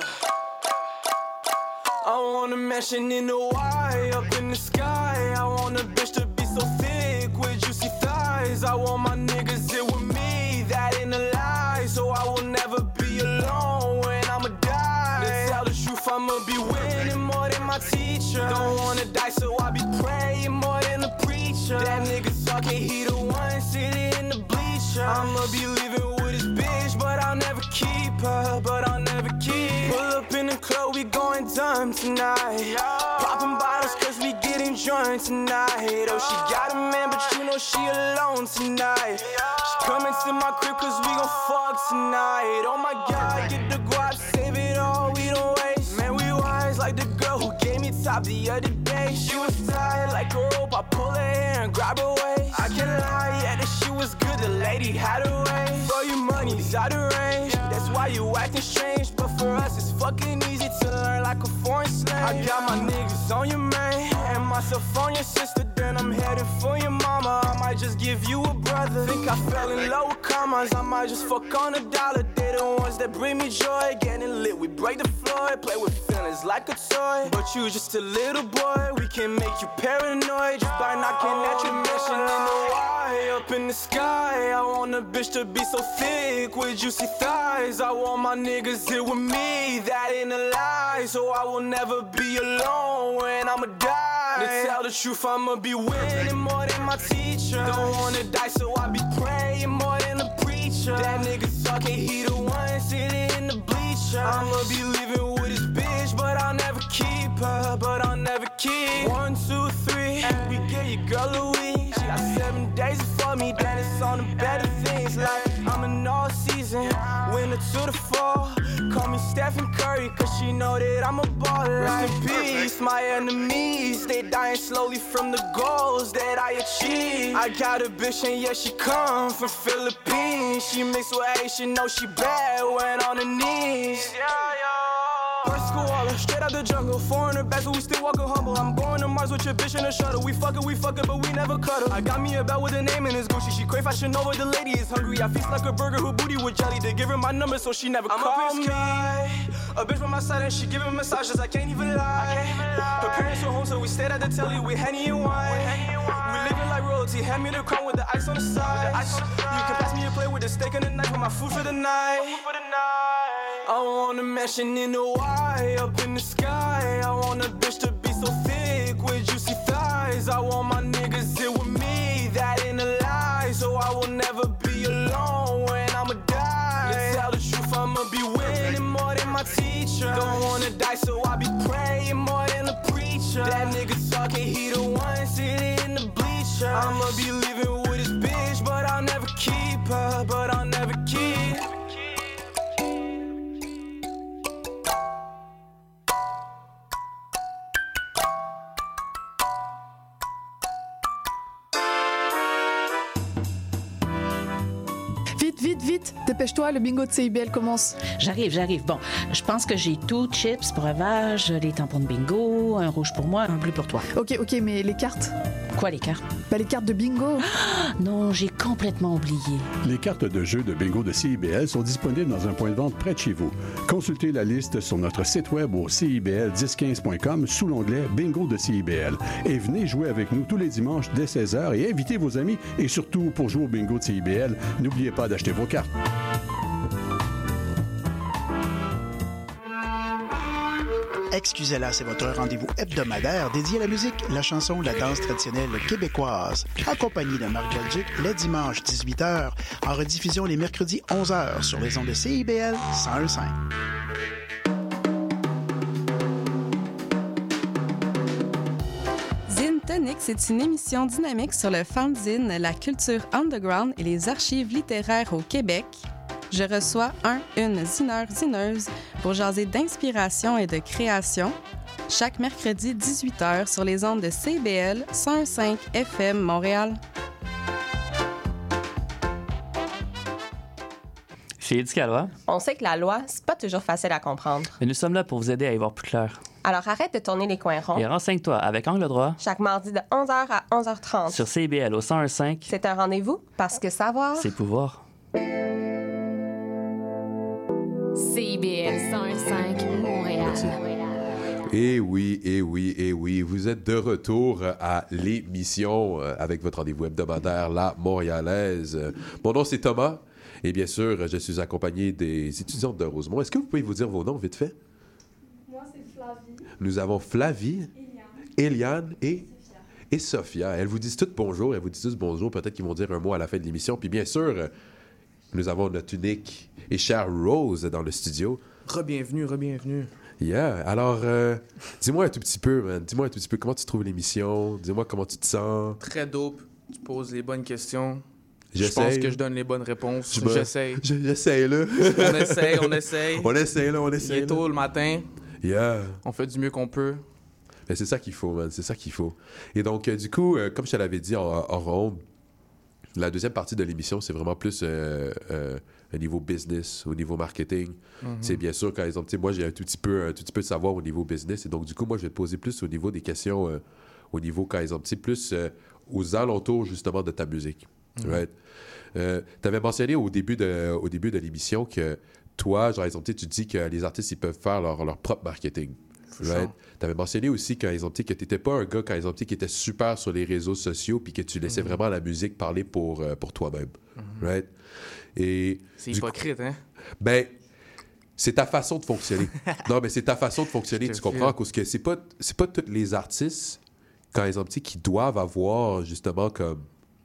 F: I want a mansion in Hawaii, up in the sky. I want a bitch to be so thick with juicy thighs. I want my niggas here with me, that ain't a lie. So I will never be alone when I'ma die. To tell the truth, I'ma be winning more than my teacher. Don't wanna die, so I be praying more than the preacher. That nigga talking, he the one sitting in the bleacher. I'ma be living with his bitch, but I'll never keep her, but I'll never keep. Pull up in the club, we going dumb tonight. Yeah. Popping bottles cause we getting drunk tonight. Oh, she got a man, but you know she alone tonight. Yeah. She coming to my crib cause we gon' fuck tonight. Oh my God, get the guap, save it all, we don't waste. Man, we wise like the girl who gave me top the other day. She was tired like a rope, I pull her hair and grab her waist. I can't lie, yeah, that shit was good, the lady had her way. Throw your money's out of range, that's why you acting strange. But for us, it's fucking easy to learn like a foreign slave. I got my niggas on your man, and myself on your sister. Then I'm headed for your mama, I might just give you a brother. Think I fell in love with commas, I might just fuck on a dollar. They the ones that bring me joy, getting lit, we break the floor. Play with feelings like a toy, but you just a little boy. We can make you paranoid just by knocking at your mansion in Hawaii, up in the sky. I want a bitch to be so thick with juicy thighs. I want my niggas here with me, that ain't a lie. So I will never be alone when I'ma die. To tell the truth, I'ma be winning more than my teacher. Don't wanna die, so I be praying more than a preacher. bleacher. That nigga talking, he the one sitting in the bleacher. I'ma be leaving with his bitch, but I'll never keep her, but I'll never keep. One, two, three, we get your girl Louise. She got seven days before me, then it's on the better things. Like I'm in all season, winter to the fall. Call me Stephen Curry, cause she know that I'm a baller. Rest in peace, my enemies, they dying slowly from the goals that I achieved. I got a bitch and yeah, she come from Philippines. She mixed with Asian, know she bad when on her knees. Yeah, yeah. First school waller, straight out the jungle, foreigner bags, but we still walking humble. I'm going to Mars with your bitch in a shuttle. We fuckin', we fuckin', but we never cuddle. I got me a belt with a name in his Gucci. She crave fashion over, the lady is hungry. I feast like a burger, who booty with jelly. They give her my number, so she never call me. A bitch from my side and she giving massages, I can't even lie. Her parents were home, so we stayed at the telly with Henny and wine. We living like royalty, hand me the crown with the ice on the side. You can pass me a plate with the steak and the knife with my food for the night. I want a mansion in Hawaii, up in the sky. I want a bitch to be so thick with juicy thighs. I want my niggas here with me, that ain't a lie. So I will never be alone when I'ma die. To tell the truth, I'ma be winning more than my teacher. Don't wanna die, so I be praying more than a preacher. That nigga talking, he the one sitting in the bleacher. I'ma be leaving with his bitch, but I'll never keep her, but I'll never keep.
G: Vite, vite, vite, dépêche-toi, le bingo de C I B L commence.
H: J'arrive, j'arrive. Bon, je pense que j'ai tout, chips, breuvage, les tampons de bingo, un rouge pour moi, un bleu pour toi.
G: Ok, ok, mais les cartes?
H: Quoi, les cartes?
G: Bah, les cartes de bingo.
H: Ah, non, j'ai complètement oublié.
I: Les cartes de jeu de bingo de C I B L sont disponibles dans un point de vente près de chez vous. Consultez la liste sur notre site web au c i b l dix quinze point com sous l'onglet Bingo de C I B L. Et venez jouer avec nous tous les dimanches dès seize heures et invitez vos amis. Et surtout, pour jouer au bingo de C I B L, n'oubliez pas d'acheter vos cartes.
J: Excusez-la, c'est votre rendez-vous hebdomadaire dédié à la musique, la chanson, la danse traditionnelle québécoise. Accompagné de Marc Belgique, les dimanches dix-huit heures, en rediffusion les mercredis onze heures sur les ondes de C I B L cent un virgule cinq.
K: Zine Tonic, c'est une émission dynamique sur le fanzine, la culture underground et les archives littéraires au Québec. Je reçois un, une zineur, zineuse pour jaser d'inspiration et de création. Chaque mercredi, dix-huit heures, sur les ondes de C I B L cent un virgule cinq F M Montréal.
L: Chez Éducalois,
M: on sait que la loi, c'est pas toujours facile à comprendre.
L: Mais nous sommes là pour vous aider à y voir plus clair.
M: Alors arrête de tourner les coins ronds.
L: Et renseigne-toi avec Angle droit.
M: Chaque mardi de onze heures à onze heures trente.
L: Sur C I B L au cent un virgule cinq.
M: C'est un rendez-vous parce que savoir...
L: c'est pouvoir.
A: C I B L cent un virgule cinq Montréal.
D: Et oui, et oui, et oui, vous êtes de retour à l'émission avec votre rendez-vous hebdomadaire, La Montréalaise. Mon nom, c'est Thomas, et bien sûr, je suis accompagné des étudiantes de Rosemont. Est-ce que vous pouvez vous dire vos noms, vite fait?
N: Moi, c'est Flavie.
D: Nous avons Flavie, Eliane et... et Sophia. Elles vous disent toutes bonjour, elles vous disent tous bonjour, peut-être qu'ils vont dire un mot à la fin de l'émission. Puis bien sûr, nous avons notre unique et chère Rose dans le studio.
E: Re-bienvenue, re-bienvenue.
D: Yeah. Alors, euh, dis-moi un tout petit peu, man. Dis-moi un tout petit peu comment tu trouves l'émission. Dis-moi comment tu te sens.
E: Très dope. Tu poses les bonnes questions.
D: J'essaie.
E: Je pense que je donne les bonnes réponses.
D: Me...
E: J'essaie.
D: J'essaie, là.
E: on essaie, on essaie.
D: On essaie, là, on essaie.
E: Il est tôt le matin.
D: Yeah.
E: On fait du mieux qu'on peut.
D: Mais c'est ça qu'il faut, man. C'est ça qu'il faut. Et donc, euh, du coup, euh, comme je te l'avais dit en, en ronde, la deuxième partie de l'émission, c'est vraiment plus euh, euh, au niveau business, au niveau marketing. Mm-hmm. C'est bien sûr, par exemple, moi, j'ai un tout petit peu, un tout petit peu de savoir au niveau business. Et donc, du coup, moi, je vais te poser plus au niveau des questions, euh, au niveau, par exemple, plus euh, aux alentours, justement, de ta musique. Mm-hmm. Right? Euh, tu avais mentionné au début de, au début de l'émission que toi, genre, exemple, tu dis que les artistes, ils peuvent faire leur, leur propre marketing. Right? Tu avais mentionné aussi quand ils ont dit que tu n'étais pas un gars quand ils ont dit qui était super sur les réseaux sociaux puis que tu laissais mm-hmm. vraiment la musique parler pour, euh, pour toi-même. Mm-hmm. Right? Et
E: c'est hypocrite, coup, hein?
D: Ben, c'est ta façon de fonctionner. Non, mais c'est ta façon de fonctionner, tu comprends? Parce que c'est pas, c'est pas tous les artistes, quand ils ont dit qui doivent avoir justement comme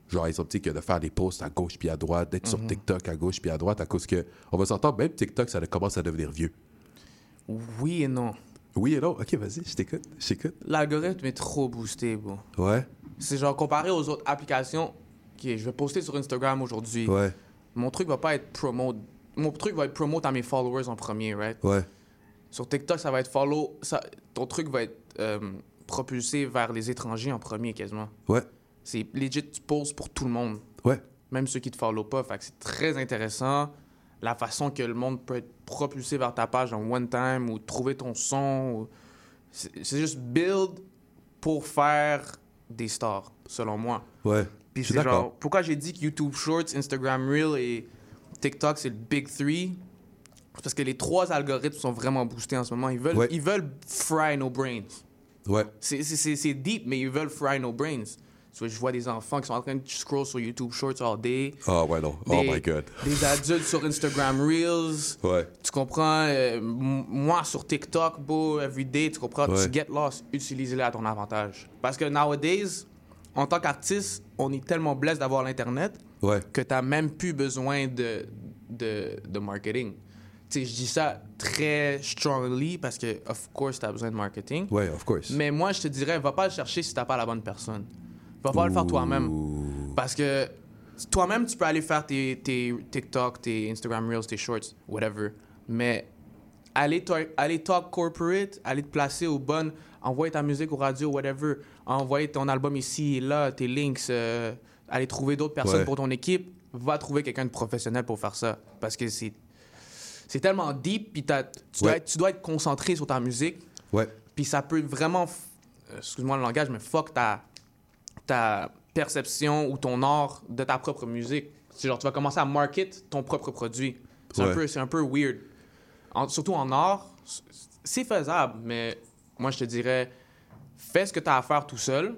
D: genre, exemple, tu sais, que de faire des posts à gauche puis à droite, d'être sur
E: Mhm.
D: TikTok à gauche puis à droite, à cause que, on va s'entendre, même TikTok, ça commence à devenir vieux.
E: Oui et non.
D: Oui et non? Ok, vas-y, je t'écoute, je t'écoute.
E: L'algorithme est trop boosté, bro.
D: Ouais,
E: C'est genre comparé aux autres applications. Ok, je vais poster sur Instagram aujourd'hui.
D: ouais,
E: Mon truc va pas être promote. Mon truc va être promote à mes followers en premier, right?
D: ouais,
E: Sur TikTok, ça va être follow. Ça, ton truc va être euh, propulsé vers les étrangers en premier, quasiment.
D: ouais,
E: C'est legit, tu poses pour tout le monde.
D: ouais,
E: Même ceux qui te follow pas. Fait que c'est très intéressant la façon que le monde peut être propulsé vers ta page en one time ou trouver ton son. ou- C'est c'est juste build pour faire des stars, selon moi.
D: ouais.
E: Puis
D: Je suis
E: c'est
D: d'accord.
E: genre, pourquoi j'ai dit que YouTube Shorts, Instagram Reel et TikTok, c'est le Big Three? C'est parce que les trois algorithmes sont vraiment boostés en ce moment. Ils veulent,
D: Ouais.
E: ils veulent fry nos brains.
D: Ouais,
E: C'est- C'est c'est- c'est deep, mais ils veulent fry nos brains. Tu vois, je vois des enfants qui sont en train de scroll sur YouTube Shorts all day.
D: ah ouais, non, oh
E: Des-
D: my god.
E: Des adultes sur Instagram Reels.
D: Ouais,
E: Tu comprends? Euh, m- moi, sur TikTok, beau, everyday, tu comprends?
D: Ouais.
E: Tu get lost, utilise-les à ton avantage. Parce que nowadays, en tant qu'artiste, on est tellement blessé d'avoir l'Internet
D: ouais,
E: que tu n'as même plus besoin de, de, de marketing. Tu sais, je dis ça très strongly parce que, of course, tu as besoin de marketing.
D: ouais, of course.
E: Mais moi, je te dirais, va pas le chercher si tu n'as pas la bonne personne. Va pas le faire toi-même. Parce que toi-même, tu peux aller faire tes, tes TikTok, tes Instagram Reels, tes Shorts, whatever. Mais aller, to- aller talk corporate, aller te placer aux bonnes, envoyer ta musique aux radios, whatever, envoyer ton album ici et là, tes links, euh, aller trouver d'autres personnes
D: Ouais.
E: pour ton équipe, va trouver quelqu'un de professionnel pour faire ça. Parce que c'est, c'est tellement deep, puis t'as- tu, dois
D: Ouais.
E: être, tu dois être concentré sur ta musique.
D: Ouais,
E: Puis ça peut vraiment, f- euh, excuse-moi le langage, mais fuck ta, ta perception ou ton art de ta propre musique. C'est genre, tu vas commencer à market ton propre produit. C'est,
D: Ouais.
E: un, peu, c'est un peu weird. En- surtout en art, c- c'est faisable, mais moi, je te dirais, fais ce que tu as à faire tout seul,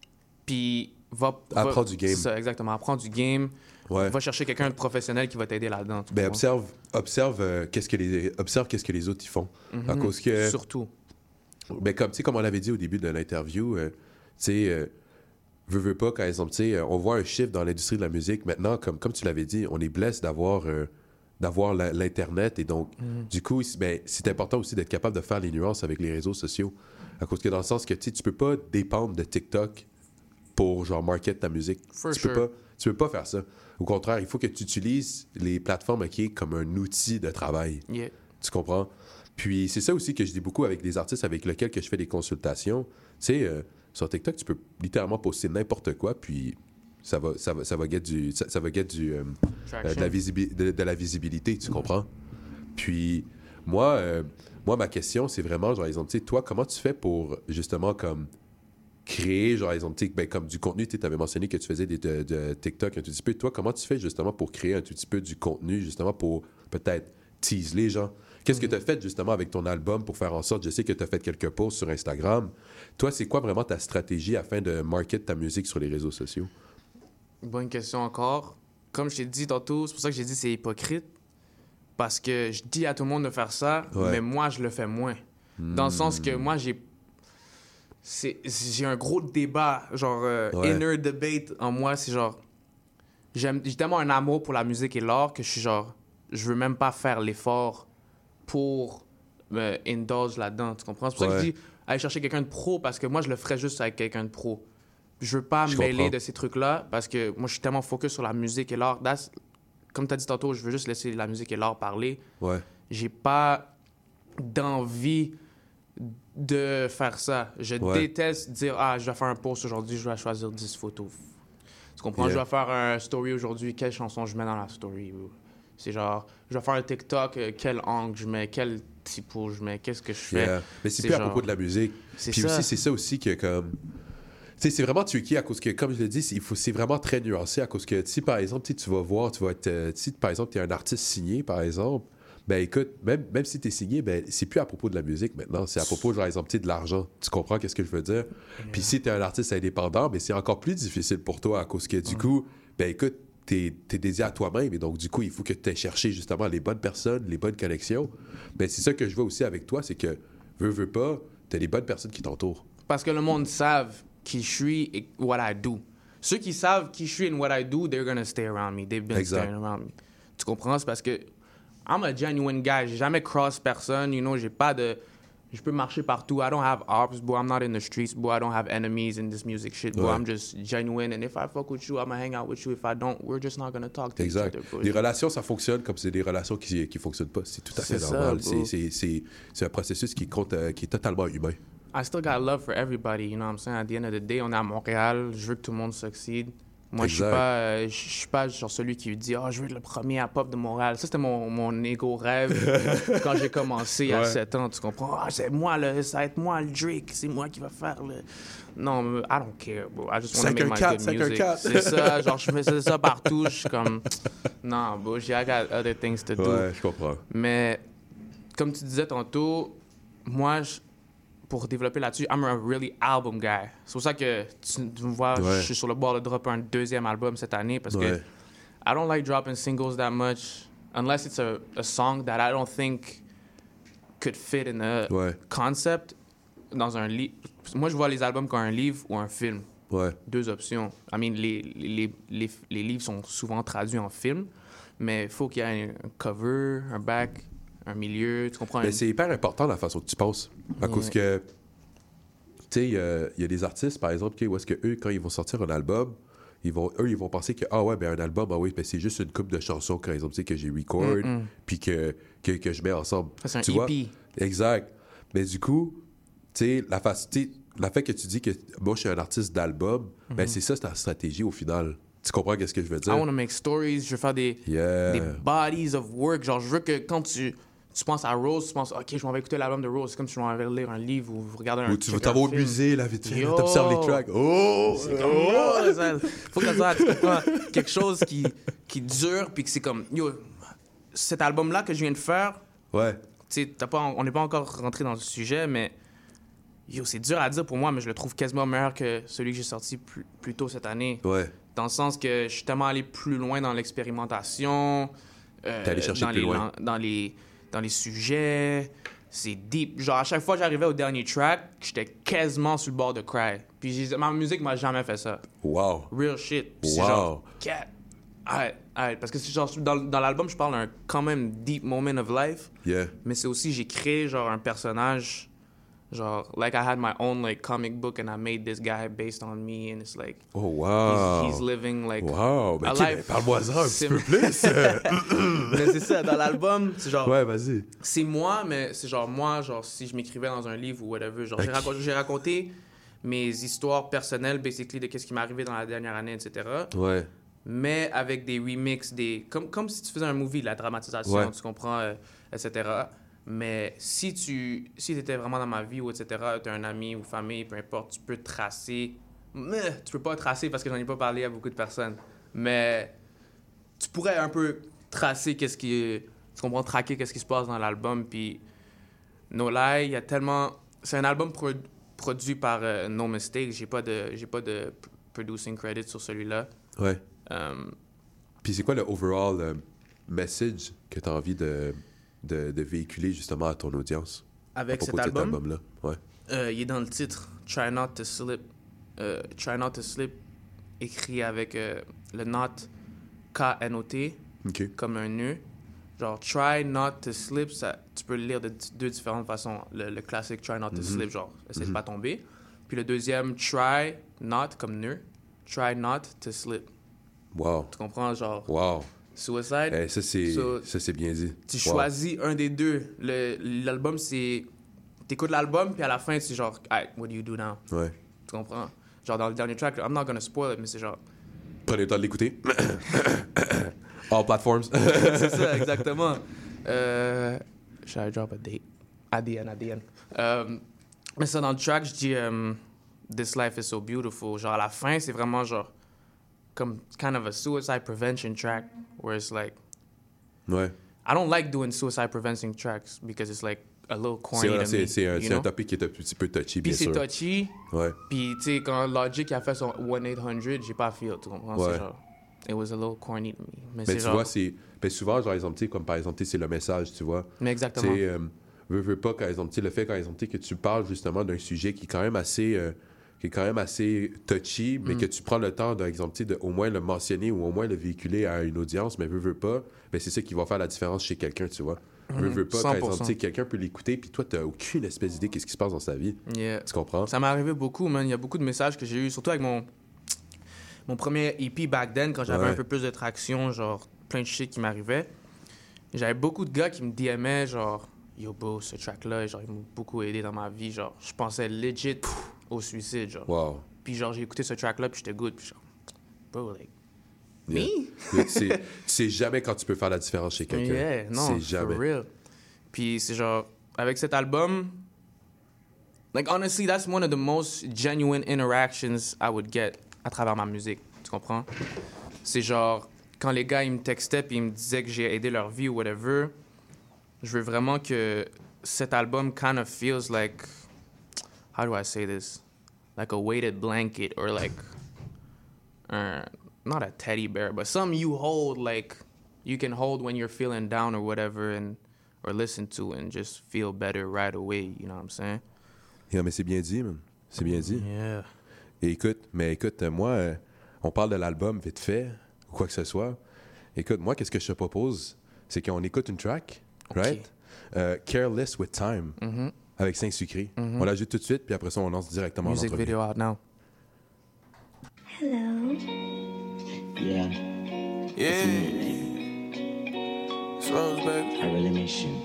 E: puis va... va-
D: Apprends du game.
E: C'est ça, exactement. Apprends du game.
D: ouais.
E: Va chercher quelqu'un de professionnel qui va t'aider là-dedans. tu
D: Ben,
E: comprends?
D: observe, observe, euh, qu'est-ce que les, observe qu'est-ce que les autres y font. À
E: Mhm.
D: cause que...
E: Surtout.
D: Ben, comme, tu sais, comme on l'avait dit au début de l'interview, euh, tu sais, euh, veux, veux pas, quand exemple, tu sais, euh, on voit un shift dans l'industrie de la musique. Maintenant, comme, comme tu l'avais dit, on est blessé d'avoir euh, d'avoir la- l'Internet. Et donc,
E: Mhm.
D: du coup, c'est- ben, c'est important aussi d'être capable de faire les nuances avec les réseaux sociaux. À cause que dans le sens que, tu sais, tu peux pas dépendre de TikTok pour, genre, market ta musique.
E: For
D: tu
E: sure.
D: peux pas, tu peux pas faire ça. Au contraire, il faut que tu utilises les plateformes, OK, comme un outil de travail.
E: Yeah.
D: Tu comprends? Puis c'est ça aussi que je dis beaucoup avec les artistes avec lesquels que je fais des consultations. Tu sais, euh, sur TikTok, tu peux littéralement poster n'importe quoi, puis ça va, ça va, ça va get du, ça, ça va get du, euh, euh, de, la visibi- de, de la visibilité, tu comprends? Puis moi, euh, moi, ma question, c'est vraiment, genre, exemple, tu sais, toi, comment tu fais pour justement comme créer, genre, exemple, tu sais, ben, comme du contenu, tu avais mentionné que tu faisais des, de, de TikTok un tout petit peu. Toi, comment tu fais justement pour créer un tout petit peu du contenu, justement pour peut-être tease les gens? Qu'est-ce que tu as fait justement avec ton album pour faire en sorte, je sais que tu as fait quelques posts sur Instagram. Toi, c'est quoi vraiment ta stratégie afin de market ta musique sur les réseaux sociaux?
E: Bonne question encore. Comme je t'ai dit tantôt, c'est pour ça que j'ai dit c'est hypocrite. Parce que je dis à tout le monde de faire ça,
D: Ouais.
E: mais moi, je le fais moins. Dans le sens que moi, j'ai... c'est- J'ai un gros débat, genre euh,
D: Ouais.
E: inner debate en moi. C'est genre... J'aime, j'ai tellement un amour pour la musique et l'art que je suis genre... Je veux même pas faire l'effort pour me indulge là-dedans. Tu comprends? C'est pour ça que
D: Ouais.
E: je dis aller chercher quelqu'un de pro parce que moi, je le ferais juste avec quelqu'un de pro. Je veux pas
D: Je
E: me mêler
D: comprends.
E: de ces trucs-là parce que moi, je suis tellement focus sur la musique et l'art. That's- Comme tu as dit tantôt, je veux juste laisser la musique et l'art parler.
D: Ouais.
E: J'ai pas d'envie de faire ça. Je
D: Ouais.
E: déteste dire « Ah, je vais faire un post aujourd'hui, je vais choisir dix photos. » Tu comprends?
D: Yeah.
E: Je vais faire un story aujourd'hui, quelle chanson je mets dans la story? C'est genre, je vais faire un TikTok, euh, quel angle je mets, quel typo je mets, qu'est-ce que je fais?
D: Yeah. Mais c'est plus à
E: genre-
D: propos de la musique.
E: C'est
D: Puis
E: ça.
D: aussi, c'est ça aussi que comme... Tu sais, c'est vraiment tricky à cause que, comme je le dis, c'est, il faut, c'est vraiment très nuancé à cause que, si par exemple, tu sais, tu vas voir, tu vas être... euh, si par exemple, tu es un artiste signé, par exemple, ben écoute, même, même si tu es signé, ben c'est plus à propos de la musique maintenant, c'est à propos, genre, par exemple, tu sais, de l'argent. Tu comprends qu'est-ce que je veux dire? Puis si tu es un artiste indépendant, ben c'est encore plus difficile pour toi à cause que, du coup, ben écoute, t'es, t'es dédié à toi-même et donc, du coup, il faut que tu aies cherché justement les bonnes personnes, les bonnes connexions. Ben c'est ça que je vois aussi avec toi, c'est que, veux, veux pas, t'as les bonnes personnes qui t'entourent.
E: Parce que le monde savent qui je suis et what I do. ceux qui savent qui je suis and what I do, they're gonna stay around me. They've been
D: Exact.
E: staying around me. Tu comprends? C'est parce que I'm a genuine guy. J'ai jamais cross personne, you know. J'ai pas de... Je peux marcher partout. I don't have ops, bro. I'm not in the streets, bro. I don't have enemies in this music shit, bro.
D: Ouais.
E: I'm just genuine. And if I fuck with you, I'm gonna hang out with you. If I don't, we're just not gonna talk to
D: Exact.
E: each other, bro.
D: Les relations, ça fonctionne comme c'est des relations qui ne fonctionnent pas. C'est tout à fait
E: C'est ça,
D: normal.
E: bro.
D: C'est- c'est- C'est c'est un processus qui, compte, euh, qui est totalement humain.
E: I still got love for everybody, you know what I'm saying? At the end of the day, on est à Montréal, je veux que tout le monde succeed. Moi, je suis
D: Exact.
E: pas, euh, je suis pas genre celui qui dit « Oh, je veux être le premier à pop de Montréal ». Ça, c'était mon, mon ego rêve quand j'ai commencé à
D: Ouais.
E: sept ans, tu comprends? « Ah, c'est moi, le, ça va être moi, le Drake, c'est moi qui va faire le... » Non, mais I don't care, bro. I just want to make my good
D: cinq un
E: music.
D: quatre.
E: C'est ça, genre, je faisais ça partout, je suis comme... Non, bro, I got other things to do.
D: Ouais, je comprends.
E: Mais, comme tu disais tantôt, moi, je- pour développer là-dessus, I'm a really album guy. C'est pour ça que tu, tu me vois,
D: Ouais.
E: je suis sur le bord de dropper un deuxième album cette année parce
D: Ouais.
E: que I don't like dropping singles that much unless it's a, a song that I don't think could fit in a
D: Ouais.
E: concept dans un livre. Moi, je vois les albums comme un livre ou un film.
D: Ouais.
E: Deux options. I mean, les, les, les, les livres sont souvent traduits en film, mais il faut qu'il y ait un cover, un back, un milieu, tu comprends?
D: Mais
E: Une-
D: c'est hyper important la façon que tu penses. À
E: Ouais.
D: cause que, tu sais, il y, a- il y a des artistes, par exemple, qui- où est-ce que eux, quand ils vont sortir un album, ils vont, eux, ils vont penser que, ah ouais, ben un album, ah oui, ben c'est juste une couple de chansons, par exemple, tu sais, que j'ai record,
E: Mm-mm.
D: puis que, que, que je mets ensemble.
E: Ça, c'est un
D: Tu
E: E
D: vois?
E: P.
D: Exact. Mais du coup, tu sais, la, face- tu sais, la fait que tu dis que moi, je suis un artiste d'album, ben
E: Mhm.
D: c'est ça ta stratégie au final. Tu comprends qu'est-ce que je veux dire?
E: I want to make stories, je veux faire des,
D: Yeah.
E: des bodies of work. Genre, je veux que quand tu, tu penses à Rose, tu penses, OK, je m'en vais écouter l'album de Rose. C'est comme si je m'en vais lire un livre ou regarder un
D: Ou tu vas
E: checker
D: t'en vas
E: un
D: au
E: film.
D: musée, là, vite fait,
E: Yo!
D: t'observes les tracks. Oh!
E: C'est comme,
D: Oh!
E: yo, ça- faut que ça soit tu comprends, quelque chose qui, qui dure, puis que c'est comme, yo, cet album-là que je viens de faire,
D: Ouais.
E: tu sais, t'as pas, on n'est pas encore rentré dans le sujet, mais yo, c'est dur à dire pour moi, mais je le trouve quasiment meilleur que celui que j'ai sorti plus, plus tôt cette année.
D: Ouais.
E: Dans le sens que je suis tellement allé plus loin dans l'expérimentation. euh,
D: T'es allé chercher
E: dans
D: plus
E: les,
D: loin.
E: lan- Dans les, dans les sujets. C'est deep. Genre, à chaque fois que j'arrivais au dernier track, j'étais quasiment sur le bord de cry. Puis j'ai- ma musique m'a jamais fait ça.
D: Wow.
E: Real shit. Puis c'est
D: Wow.
E: genre, cat. Arrête, arrête. Parce que c'est genre, dans, dans l'album, je parle d'un quand même deep moment of life.
D: Yeah.
E: Mais c'est aussi, j'ai créé genre un personnage. Genre, like I had my own like comic book and I made this guy based on me and it's like,
D: Oh, wow.
E: he's, he's living like
D: Wow. Ben,
E: a
D: ok,
E: life
D: ben, parle-moi-en un petit
E: sim-
D: peu plus.
E: Mais c'est ça, dans l'album, c'est genre,
D: Ouais, vas-y.
E: c'est moi, mais c'est genre moi, genre si je m'écrivais dans un livre ou whatever, genre j'ai
D: Ok.
E: raconté, j'ai raconté mes histoires personnelles, basically, de qu'est-ce qui m'est arrivé dans la dernière année, et cetera.
D: Ouais.
E: Mais avec des remixes, des comme, comme si tu faisais un movie, de la dramatisation,
D: Ouais.
E: tu comprends, euh, et cetera. Mais si tu si étais vraiment dans ma vie, ou et cetera, tu as un ami ou famille, peu importe, tu peux tracer. Mais tu peux pas tracer parce que j'en ai pas parlé à beaucoup de personnes. Mais tu pourrais un peu tracer qu'est-ce qui. Tu comprends, traquer qu'est-ce qui se passe dans l'album. Puis No Lie, il y a tellement. C'est un album pro- produit par euh, No Mistake. J'ai pas de j'ai pas de p- producing credit sur celui-là.
D: Ouais.
E: Um,
D: Puis c'est quoi le overall euh, message que tu as envie de, de, de véhiculer justement à ton audience?
E: Avec
D: à propos
E: cet
D: de
E: album?
D: album-là? Ouais.
E: Euh, il est dans le titre Try Not to Slip. Euh, Try Not to Slip, écrit avec euh, le not K N O T,
D: OK.
E: comme un nœud. Genre Try Not to Slip, ça, tu peux le lire de d- deux différentes façons. Le, le classique Try Not to
D: Mhm.
E: Slip, genre essaie
D: Mhm.
E: de pas tomber. Puis le deuxième Try Not, comme nœud, Try Not to Slip.
D: Wow.
E: Tu comprends, genre
D: Wow.
E: Suicide.
D: Eh, ça, c'est
E: So,
D: ça, c'est bien dit.
E: Tu
D: Wow.
E: choisis un des deux. Le- L'album, c'est. T'écoutes l'album, puis à la fin, c'est genre, hey, what do you do now?
D: Ouais.
E: Tu comprends? Genre, dans le dernier track, I'm not gonna spoil it, mais c'est genre.
D: Prenez le temps de l'écouter. All platforms.
E: C'est ça, exactement. Euh. Should I drop a date? At the end, at the end. Euh, mais ça, dans le track, je dis, um, This life is so beautiful. Genre, à la fin, c'est vraiment genre. Comme kind of a suicide prevention track, where it's like.
D: Ouais.
E: I don't like doing suicide prevention tracks because it's like a little corny
D: C'est
E: to
D: c'est-
E: me.
D: c'est un,
E: you
D: c'est un
E: know?
D: topic qui est un petit peu touchy,
E: Puis
D: bien
E: c'est
D: sûr.
E: touchy.
D: Ouais.
E: Puis, tu sais, quand Logic a fait son one eight hundred, j'ai pas feel, tu comprends?
D: Ouais.
E: C'est genre, it was a little corny to me. Mais,
D: Mais
E: c'est
D: tu
E: genre,
D: vois, c'est. Ben souvent, genre, exemple, tu sais, comme par exemple, tu sais, c'est le message, tu vois.
E: Mais exactement.
D: Tu sais, euh, veux, veux pas, par exemple, tu sais, le fait, par exemple, tu sais, que tu parles justement d'un sujet qui est quand même assez. euh, qui est quand même assez touchy, mais
E: Mm.
D: que tu prends le temps, par exemple, tu sais, de au moins le mentionner ou au moins le véhiculer à une audience, mais veut, veut pas, ben c'est ça qui va faire la différence chez quelqu'un, tu vois. Veut,
E: Mhm.
D: veut pas, par exemple,
E: cent pour cent.
D: tu sais, quelqu'un peut l'écouter, puis toi, t'as aucune espèce d'idée qu'est-ce qui se passe dans sa vie.
E: Yeah.
D: Tu comprends?
E: Ça m'est arrivé beaucoup, man. Il y a beaucoup de messages que j'ai eu, surtout avec mon, mon premier E P back then, quand j'avais
D: Ouais.
E: un peu plus de traction, genre plein de shit qui m'arrivait. J'avais beaucoup de gars qui me D M'aient, genre, yo, bro, ce track-là, genre, ils m'ont beaucoup aidé dans ma vie. Genre, je pensais legit pff, au suicide, genre.
D: Wow.
E: Puis, genre, j'ai écouté ce track-là, puis j'étais good, puis genre, bro, like,
D: Yeah.
E: me?
D: C'est- Tu sais jamais quand tu peux faire la différence chez quelqu'un.
E: Yeah, non,
D: C'est jamais.
E: for real. Puis c'est genre, avec cet album, like honestly, that's one of the most genuine interactions I would get à travers ma musique. Tu comprends? C'est genre, quand les gars, ils me textaient puis ils me disaient que j'ai aidé leur vie ou whatever, je veux vraiment que cet album kind of feels like, how do I say this? Like a weighted blanket or like, uh, not a teddy bear, but something you hold, like, you can hold when you're feeling down or whatever, and or listen to and just feel better right away, you know what I'm saying?
D: Yeah, mais c'est bien dit, man. C'est bien dit.
E: Yeah.
D: Et écoute, mais écoute, euh, moi, euh, on parle de l'album vite fait, ou quoi que ce soit. Écoute, moi, qu'est-ce que je te propose? C'est qu'on écoute une track, right? Euh, Careless with Time,
E: Mhm.
D: avec Saint-Sucré.
E: Mhm.
D: On l'ajoute tout de suite, puis après ça, on lance directement
E: Music
D: l'entrevue.
E: video out now.
O: Hello.
F: Yeah.
O: Yeah.
F: It's Rose, baby.
O: I really miss you.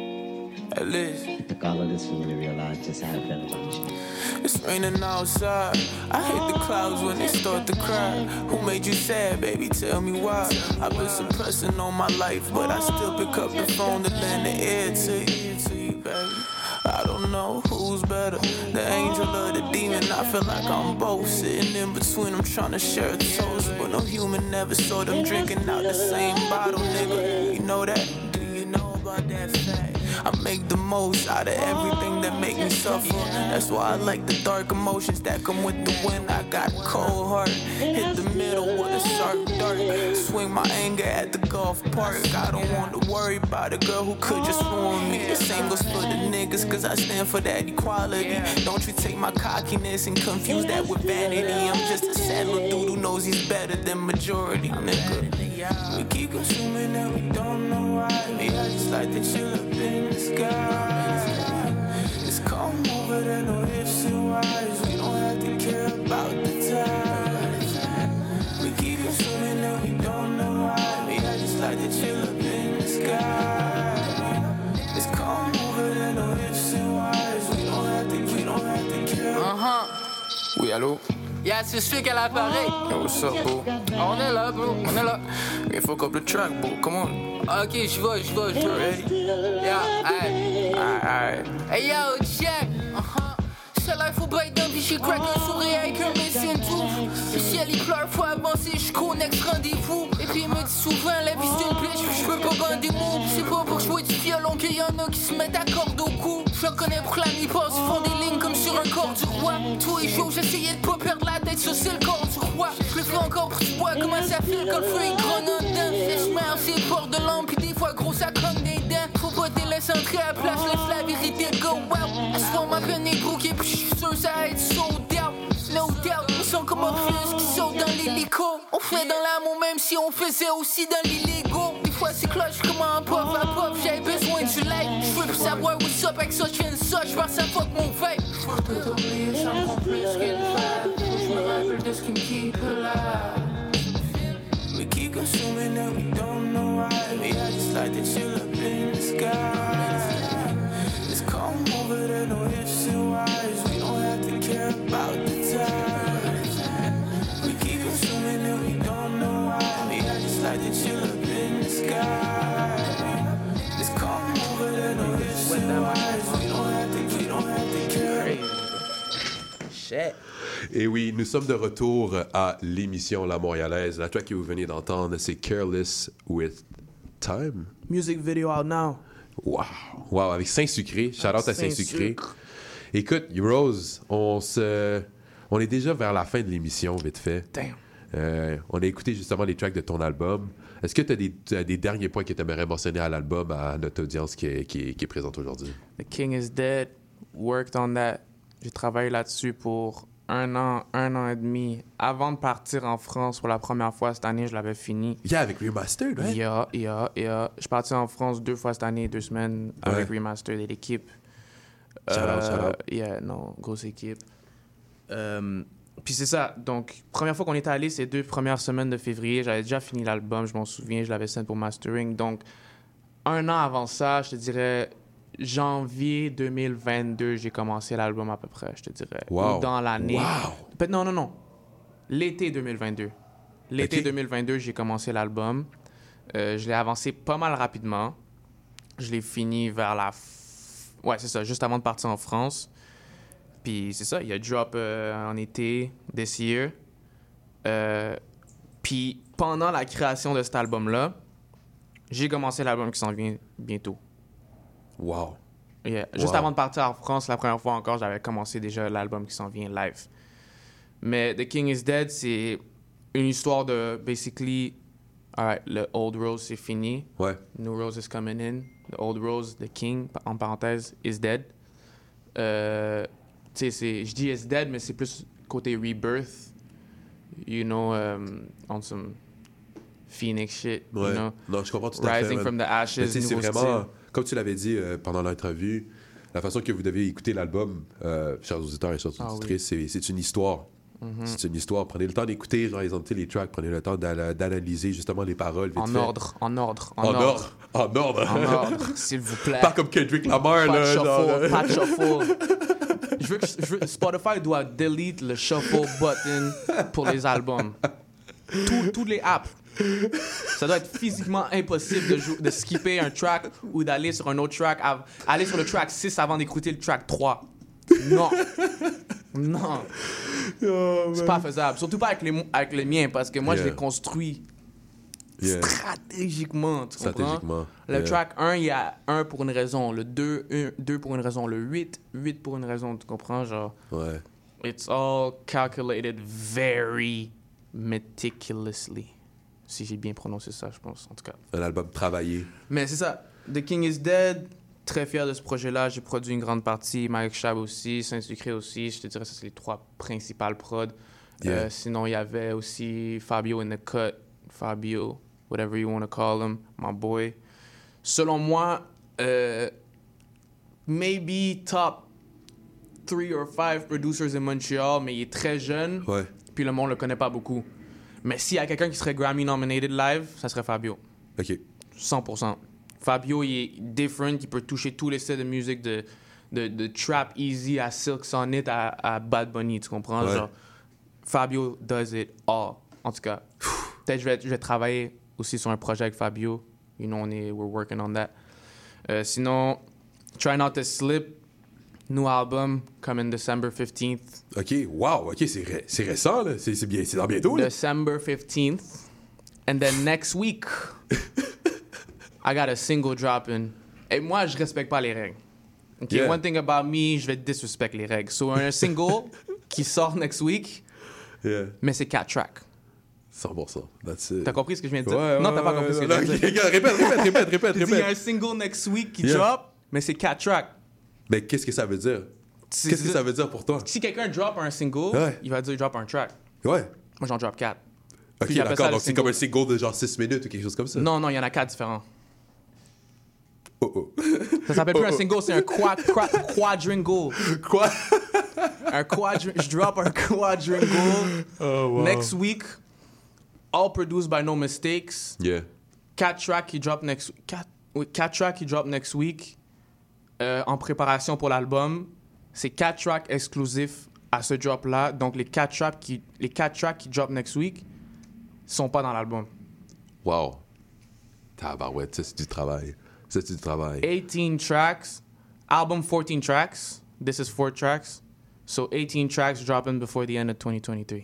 F: At least.
O: It took all of this for me to realize just how I felt about you.
F: It's raining outside. I hate the clouds when they start to cry. Who made you sad, baby? Tell me why. I've been suppressing all my life, but I still pick up the phone to lend the ear to you, to you, baby. I don't know who's better, the angel or the demon. I feel like I'm both sitting in between them, trying to share a toast, but no human never saw them drinking out the same bottle, nigga. You know that? Do you know about that fact? I make the most out of everything that make me suffer. That's why I like the dark emotions that come with the wind. I got a cold heart, hit the middle with a sharp dart. Swing my anger at the golf park. I don't want to worry about a girl who could just ruin me. The same goes for the niggas, cause I stand for that equality. Don't you take my cockiness and confuse that with vanity. I'm just a sad little dude who knows he's better than majority, nigga. We keep consuming and we don't know why. Maybe I just like to chill up in the sky. It's calm over there, no ifs and whys. We don't have to care about the time. We keep consuming and we don't know why. Maybe I just like to chill up in the sky. It's calm over there, no ifs and whys. We don't have to, we don't have to care.
P: Uh-huh.
F: Oui, allô?
P: Yeah, c'est sûr qu'à l'appareil.
F: Yo, what's up, bro?
P: On est là, bro. On est là.
F: We fuck up the track, bro. Come on.
P: Ok, je vais, je vais, je vais.
F: Ready?
P: Yeah, hey.
F: Alright, alright.
P: Hey yo, check. Uh-huh. C'est là, faut pas être d'un puis j'ai crack un sourire avec un médecin tout. Le ciel il pleure, faut avancer jusqu'au next rendez-vous. Et puis il me dit souvent, la vie c'est une pêche, je peux pas vendre des mots. C'est pas pour jouer du violon qu'il y en a qui se mettent à corde au cou. J'en connais pour la nuit passe, ils font des lignes comme sur un corps du roi. Tous les jours j'essayais de pas perdre la tête, ça c'est le corps du roi. Je le fais encore pour que tu vois comment ça file quand le feu est grenade dedans. Laisse-moi c'est port de lampe, puis des fois gros ça cogne des dents. Faut pas te laisser entrer à la place, laisse la vérité go out. À ce moment ma peine est broquée, puis j'suis sûr ça va être sold out. No doubt, ils sont comme Orpheus qui sautent dans l'hélico. On fait dans l'amour même si on faisait aussi dans l'illégaux. Des fois c'est cloche comme un pop à pop, j'avais besoin du like. J'veux plus savoir what's up avec ça, j'viens de ça, j'pense à fuck mon vibe. J'veux tout oublier, ça me prend plus qu'une vibe. Faut que j'me rappelle de ce qui me keep alive.
F: We keep consuming and we don't know why. Maybe I just like to chill up in the sky. It's calm over there, no ifs and whys. We don't have to care about the time. We keep consuming and we don't know why. Maybe I just like to chill up in the sky. It's calm over there, no ifs and whys. We don't have to, we don't have to care.
E: Shit.
D: Et oui, nous sommes de retour à l'émission La Montréalaise. La track que vous venez d'entendre, c'est Careless with Time.
E: Music video out now.
D: Wow. Wow, avec Saint-Sucré. Shout out à Saint-Sucré. Écoute, Rose, on se... on est déjà vers la fin de l'émission, vite fait.
E: Damn.
D: Euh, on a écouté justement les tracks de ton album. Est-ce que tu as des, t'as des derniers points que tu aimerais mentionner à l'album, à notre audience qui est, qui est, qui est présente aujourd'hui?
E: The King is Dead. Worked on that. J'ai travaillé là-dessus pour un an, un an et demi. Avant de partir en France pour la première fois cette année, je l'avais fini.
D: Yeah, avec Remastered, ouais.
E: Yeah, yeah, yeah. Je suis parti en France deux fois cette année, deux semaines,
D: Ouais.
E: avec Remastered et l'équipe.
D: Shout out, shout out.
E: Yeah, non, grosse équipe. Euh, Puis c'est ça. Donc, première fois qu'on était allé, ces deux premières semaines de février, j'avais déjà fini l'album, je m'en souviens, je l'avais sent pour mastering. Donc, un an avant ça, je te dirais janvier deux mille vingt-deux, j'ai commencé l'album à peu près, je te dirais.
D: Wow.
E: Ou dans l'année.
D: Wow.
E: Peut-être non, non, non. L'été deux mille vingt-deux. L'été
D: Ok.
E: deux mille vingt-deux, j'ai commencé l'album. Euh, je l'ai avancé pas mal rapidement. Je l'ai fini vers la... F... Ouais, c'est ça, juste avant de partir en France. Puis c'est ça, il y a drop euh, en été, this year. Euh, Puis pendant la création de cet album-là, j'ai commencé l'album qui s'en vient bientôt.
D: Wow.
E: Yeah. Juste
D: Wow.
E: avant de partir en France, la première fois encore, j'avais commencé déjà l'album qui s'en vient live. Mais The King is Dead, c'est une histoire de, basically, alright, le Old Rose, c'est fini.
D: Ouais.
E: New Rose is coming in. The Old Rose, the King, en parenthèse, is dead. Euh, tu sais, c'est- je dis is dead, mais c'est plus côté rebirth. You know, um, on some Phoenix shit.
D: Ouais.
E: You know?
D: Non, je comprends tout à fait.
E: Rising
D: man.
E: from the ashes,
D: Mais tu sais, c'est
E: nouveau
D: vraiment,
E: style.
D: comme tu l'avais dit euh, pendant l'entrevue, la façon que vous devez écouter l'album, euh, chers auditeurs et chers
E: Ah
D: auditrices, c'est, c'est une histoire.
E: Mhm.
D: C'est une histoire. Prenez le temps d'écouter, genre, exemple, tu sais, les tracks, prenez le temps d'ana- d'analyser justement les paroles. vite
E: En
D: fait.
E: ordre, en ordre, en
D: En
E: ordre.
D: ordre. En ordre.
E: En ordre, s'il vous plaît.
D: Pas comme Kendrick Lamar,
E: Pas de
D: là.
E: shuffle,
D: genre, là.
E: pas de shuffle. Je veux que je veux- Spotify doit delete le shuffle button pour les albums. Tous tous les apps. Ça doit être physiquement impossible de, jou- de skipper un track ou d'aller sur un autre track, av- aller sur le track six avant d'écouter le track trois. Non. Non. C'est pas faisable. Surtout pas avec les, mo- avec les miens, parce que moi, je
D: Yeah.
E: les construis
D: Yeah.
E: stratégiquement. Tu comprends?
D: Stratégiquement.
E: Le
D: Yeah.
E: track un, il y a un pour une raison. Le deux, deux pour une raison. Le huit, huit pour une raison. Tu comprends? Genre,
D: Ouais.
E: it's all calculated very meticulously. Si j'ai bien prononcé ça, je pense, en tout cas.
D: Un album travaillé.
E: Mais c'est ça. The King is Dead. Très fier de ce projet-là. J'ai produit une grande partie. Mike Shab aussi. Saint-Sucré aussi. Je te dirais, ça, c'est les trois principales prods.
D: Yeah.
E: Euh, sinon, il y avait aussi Fabio in the cut. Fabio, whatever you want to call him, my boy. Selon moi, euh, maybe top three or five producers in Montreal, mais il est très jeune.
D: Ouais.
E: Puis le monde le connaît pas beaucoup. Mais s'il y a quelqu'un qui serait Grammy nominated live, ça serait Fabio.
D: OK.
E: cent pour cent. Fabio, il est different, il peut toucher tous les styles de musique, de, de, de trap easy à Silk Sonic à, à Bad Bunny, tu comprends?
D: Ouais.
E: Genre, Fabio does it all. En tout cas, peut-être je vais, je vais travailler aussi sur un projet avec Fabio. You know, on est, we're working on that. Euh, sinon, Try Not to Slip, new album, coming December fifteenth.
D: OK. Wow. OK, c'est, ré- c'est récent, là. C'est, c'est, bien, c'est dans bientôt, là.
E: December fifteenth. And then next week, I got a single dropping. Et moi, je respecte pas les règles. OK,
D: Yeah.
E: one thing about me, je vais disrespect les règles. So, un single qui sort next week,
D: Yeah.
E: mais c'est quatre tracks.
D: cent pour cent. That's it.
E: T'as compris ce que je viens de dire?
D: Ouais,
E: non,
D: ouais,
E: t'as pas
D: ouais,
E: compris ce que
D: non,
E: je viens de
D: ok,
E: dire.
D: regarde, répète, répète, répète, répète,
E: J'ai dit, il y a un
D: répète.
E: single next week qui
D: Yeah.
E: drop, mais c'est quatre tracks.
D: Mais qu'est-ce que ça veut dire?
E: C'est-
D: Qu'est-ce que
E: c'est-
D: ça veut dire pour toi?
E: Si quelqu'un drop un single,
D: Ouais.
E: il va dire drop un track.
D: Ouais.
E: Moi, j'en drop quatre.
D: OK,
E: Puis j'appelle ça
D: d'accord.
E: le
D: Donc, c'est
E: single.
D: comme un single de genre six minutes ou quelque chose comme ça?
E: Non, non, il y en a quatre différents.
D: Oh, oh.
E: Ça s'appelle plus
D: Oh,
E: un
D: oh.
E: single, c'est un qua- qua- quadringle.
D: Quoi?
E: Un quadri- je drop un quadringle
D: Oh, wow.
E: next week, all produced by No Mistakes.
D: Yeah.
E: Quatre tracks qui drop next quatre, oui, quatre tracks qui drop next week euh, en préparation pour l'album. C'est quatre tracks exclusifs à ce drop-là. Donc les quatre tracks qui les quatre tracks qui drop next week sont pas dans l'album.
D: Wow. Tabarouette, ça, c'est du travail. Ça, c'est du travail.
E: eighteen tracks, album fourteen tracks. This is four tracks. So eighteen tracks dropping before the end of twenty twenty-three.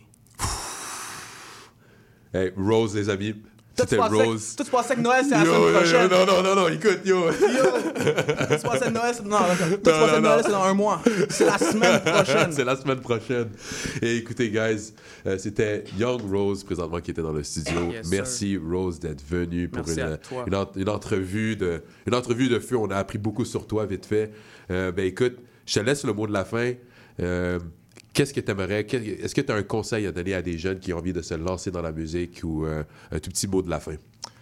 D: Hey, Rose, les amis.
E: Toi,
D: C'était
E: tu pensais-
D: Rose.
E: toi, tu pensais que Noël, c'est la
D: Yo,
E: semaine
D: yo, yo,
E: prochaine.
D: Non, non, non, non, écoute, yo.
E: Yo, tu pensais que Noël, c'est... Non, toi, tu
D: Non,
E: pensais
D: non,
E: que Noël,
D: non.
E: c'est dans un mois. C'est la semaine prochaine.
D: C'est la semaine prochaine. Et écoutez, guys, euh, c'était Young Rose présentement qui était dans le studio.
E: Yes,
D: Merci Rose d'être venu pour
E: Merci
D: une,
E: à toi.
D: une, en- une entrevue de une entrevue de feu. On a appris beaucoup sur toi vite fait. Euh, ben écoute, je te laisse le mot de la fin. Euh, qu'est-ce que tu aimerais, est-ce que tu as un conseil à donner à des jeunes qui ont envie de se lancer dans la musique ou euh, un tout petit mot de la fin?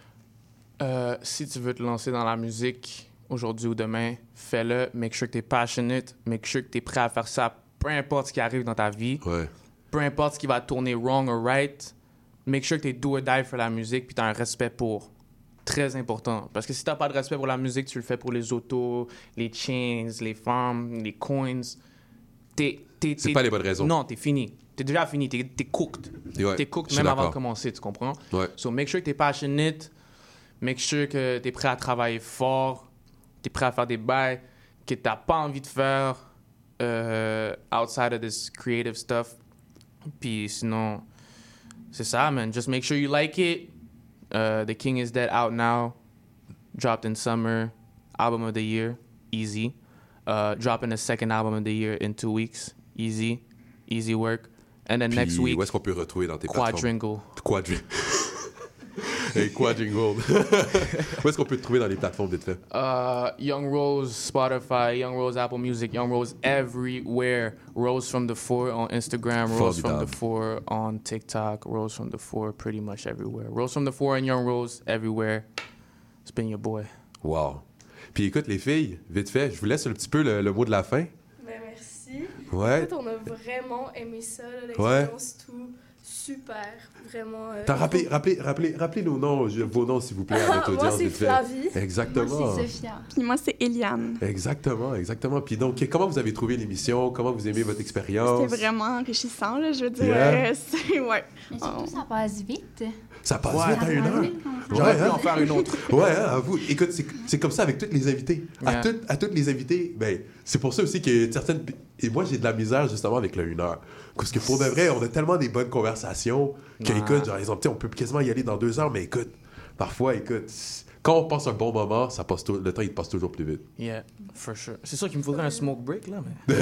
E: Euh, si tu veux te lancer dans la musique aujourd'hui ou demain, fais-le. Make sure que tu es passionate. Make sure que tu es prêt à faire ça, peu importe ce qui arrive dans ta vie.
D: Ouais.
E: Peu importe ce qui va tourner wrong or right. Make sure que tu es do or die pour la musique puis tu as un respect pour. Très important. Parce que si tu n'as pas de respect pour la musique, tu le fais pour les autos, les chains, les femmes, les coins. T'es, t'es,
D: C'est
E: t'es...
D: pas les bonnes raisons.
E: Non, t'es fini. T'es déjà fini. T'es, t'es cooked.
D: Ouais,
E: t'es cooked
D: je suis
E: même
D: d'accord.
E: avant de commencer, tu comprends?
D: Ouais.
E: So make sure que t'es passionate. Make sure que t'es prêt à travailler fort. T'es prêt à faire des bails que t'as pas envie de faire euh, outside of this creative stuff. Puis sinon, c'est ça, man. Just make sure you like it. Uh, The King is Dead out now. Dropped in summer. Album of the year. Easy. Uh, dropping a second album of the year in two weeks. Easy. Easy work. And then
D: Puis,
E: next week,
D: où est-ce qu'on peut retrouver dans tes
E: Quadringle.
D: plateformes? Quadringle. Hey, Quadringle. Où est-ce qu'on peut te trouver dans les plateformes vite fait?
E: Uh, Young Rose, Spotify, Young Rose, Apple Music, Young Rose everywhere. Rose from the Four on Instagram, Rose from the Four on TikTok, Rose from the Four pretty much everywhere. Rose from the Four and Young Rose everywhere. It's been your boy.
D: Wow. Puis écoute, les filles, vite fait, je vous laisse un petit peu le, le mot de la fin.
N: Ben merci.
D: Ouais.
N: Écoute, on a vraiment aimé ça, là, l'expérience, tout. Super, vraiment. Euh,
D: T'as rappelé, rappelez, rappelez, rappelez nos noms, je- vos noms, s'il vous plaît, à notre
N: Moi,
D: audience.
N: c'est
D: vite fait.
N: Flavie.
D: Exactement.
N: Moi, c'est Sophia. Puis moi, c'est Eliane.
D: Exactement, exactement. Puis donc, comment vous avez trouvé l'émission? Comment vous aimez votre expérience?
N: C'était vraiment enrichissant, là, je veux dire.
D: Yeah.
N: euh, c'est, ouais.
Q: Mais surtout, ça passe vite.
D: Ça passe
E: Ouais,
D: vite à
E: ça
D: une
E: passe
D: heure.
E: vite. J'aurais pu
D: hein?
E: en faire une autre.
D: Ouais, hein, avoue. Écoute, c'est, c'est comme ça avec tous les invités. À,
E: Yeah.
D: tout- à tous les invités, ben, c'est pour ça aussi que certaines... Et moi, j'ai de la misère, justement, avec le une heure. Parce que pour de vrai, on a tellement des bonnes conversations que,
E: Ouais.
D: écoute, genre, exemple, tu sais, on peut quasiment y aller dans deux heures, mais écoute, parfois, écoute, quand on passe un bon moment, ça passe tou- le temps, il passe toujours plus vite.
E: Yeah, for sure. C'est sûr qu'il me faudrait un smoke break, là, mais...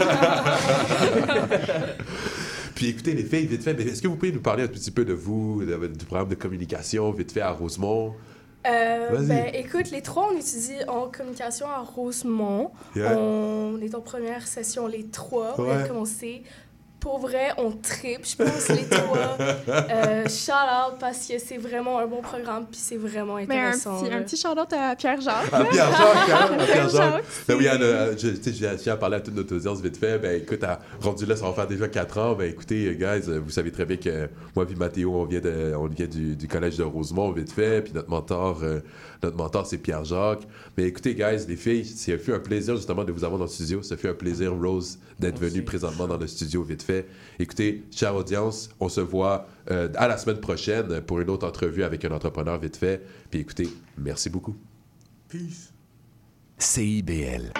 D: Puis écoutez, les filles, vite fait, mais est-ce que vous pouvez nous parler un petit peu de vous, de- du programme de communication, vite fait, à Rosemont?
N: Euh,
D: Vas-y.
N: ben, écoute, les trois, on étudie en communication à Rosemont.
D: Yeah.
N: On est en première session, les trois. On vient
D: Ouais.
N: de commencer. Pour vrai, on tripe. Je pense les trois. Euh, shout out parce que c'est vraiment un bon programme puis c'est vraiment
G: Ben, un
N: intéressant.
G: petit,
N: là.
G: un petit shout-out à Pierre-Jacques.
D: À Pierre-Jacques, hein? À Pierre-Jacques.
G: Pierre-Jacques,
D: Ben oui, Anne, euh, je, tu sais, je tiens à parler à toute notre audience vite fait. Ben écoute, à, rendu là, ça va faire déjà quatre ans. Ben écoutez, guys, euh, vous savez très bien que moi et Mathéo, on vient, de, on vient du, du collège de Rosemont, vite fait. Puis notre mentor, euh, notre mentor, c'est Pierre-Jacques. Mais écoutez, guys, les filles, ça fait un plaisir justement de vous avoir dans le studio. Ça fait un plaisir, Rose, d'être venue présentement dans le studio, vite fait. Écoutez, chère audience, on se voit euh, à la semaine prochaine pour une autre entrevue avec un entrepreneur, vite fait. Puis écoutez, merci beaucoup.
R: Peace. C I B L.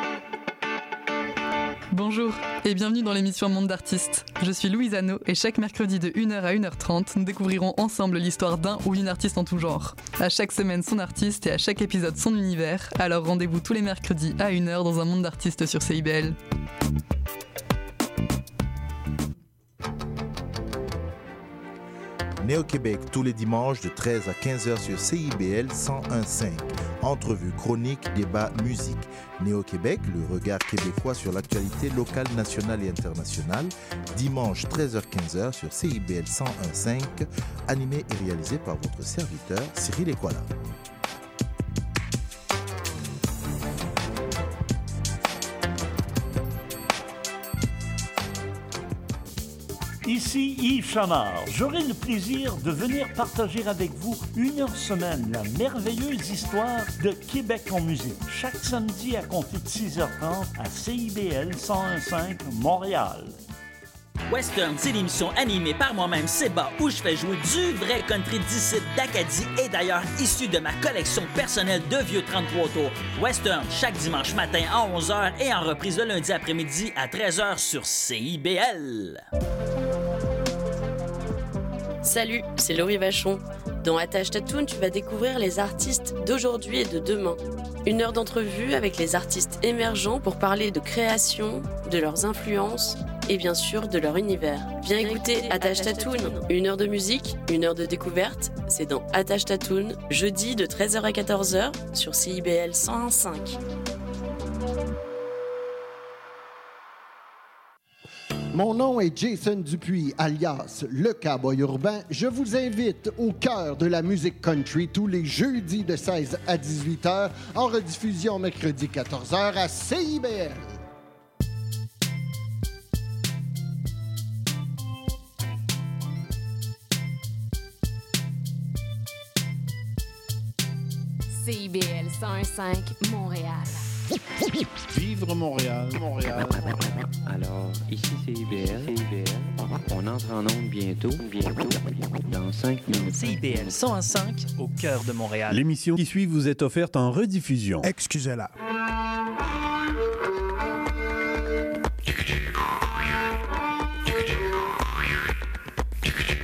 S: Bonjour et bienvenue dans l'émission Monde d'artistes. Je suis Louise Anneau et chaque mercredi de une heure à une heure trente, nous découvrirons ensemble l'histoire d'un ou une artiste en tout genre. À chaque semaine son artiste et à chaque épisode son univers, alors rendez-vous tous les mercredis à une heure dans un Monde d'artistes sur C I B L.
T: Néo-Québec tous les dimanches de treize à quinze heures sur C I B L cent un virgule cinq. Entrevues, chroniques, débats, musique. Néo-Québec, le regard québécois sur l'actualité locale, nationale et internationale. Dimanche treize heures quinze heures sur C I B L cent un virgule cinq. Animé et réalisé par votre serviteur Cyril Equala.
U: Ici Yves Chamard. J'aurai le plaisir de venir partager avec vous une heure semaine la merveilleuse histoire de Québec en musique. Chaque samedi à compter de six heures trente à C I B L cent un virgule cinq Montréal.
V: Western, c'est l'émission animée par moi-même, Seba, où je fais jouer du vrai country d'ici d'Acadie et d'ailleurs issu de ma collection personnelle de vieux trente-trois tours. Western, chaque dimanche matin à onze heures et en reprise le lundi après-midi à treize heures sur C I B L.
W: Salut, c'est Laurie Vachon. Dans Attache Tatoune, tu vas découvrir les artistes d'aujourd'hui et de demain. Une heure d'entrevue avec les artistes émergents pour parler de création, de leurs influences et bien sûr de leur univers. Viens écouter Attache Tatoune, une heure de musique, une heure de découverte. C'est dans Attache Tatoune, jeudi de treize heures à quatorze heures sur C I B L cent un virgule cinq.
B: Mon nom est Jason Dupuis, alias Le Cowboy Urbain. Je vous invite au cœur de la musique country tous les jeudis de seize à dix-huit heures, en rediffusion mercredi quatorze heures à C I B L.
A: C I B L cent un virgule cinq Montréal.
C: Vivre Montréal, Montréal.
H: Alors, ici C I B L. C I B L. On entre en onde bientôt, bientôt, dans cinq minutes.
V: C I B L cent un virgule cinq au cœur de Montréal.
C: L'émission qui suit vous est offerte en rediffusion.
J: Excusez-la.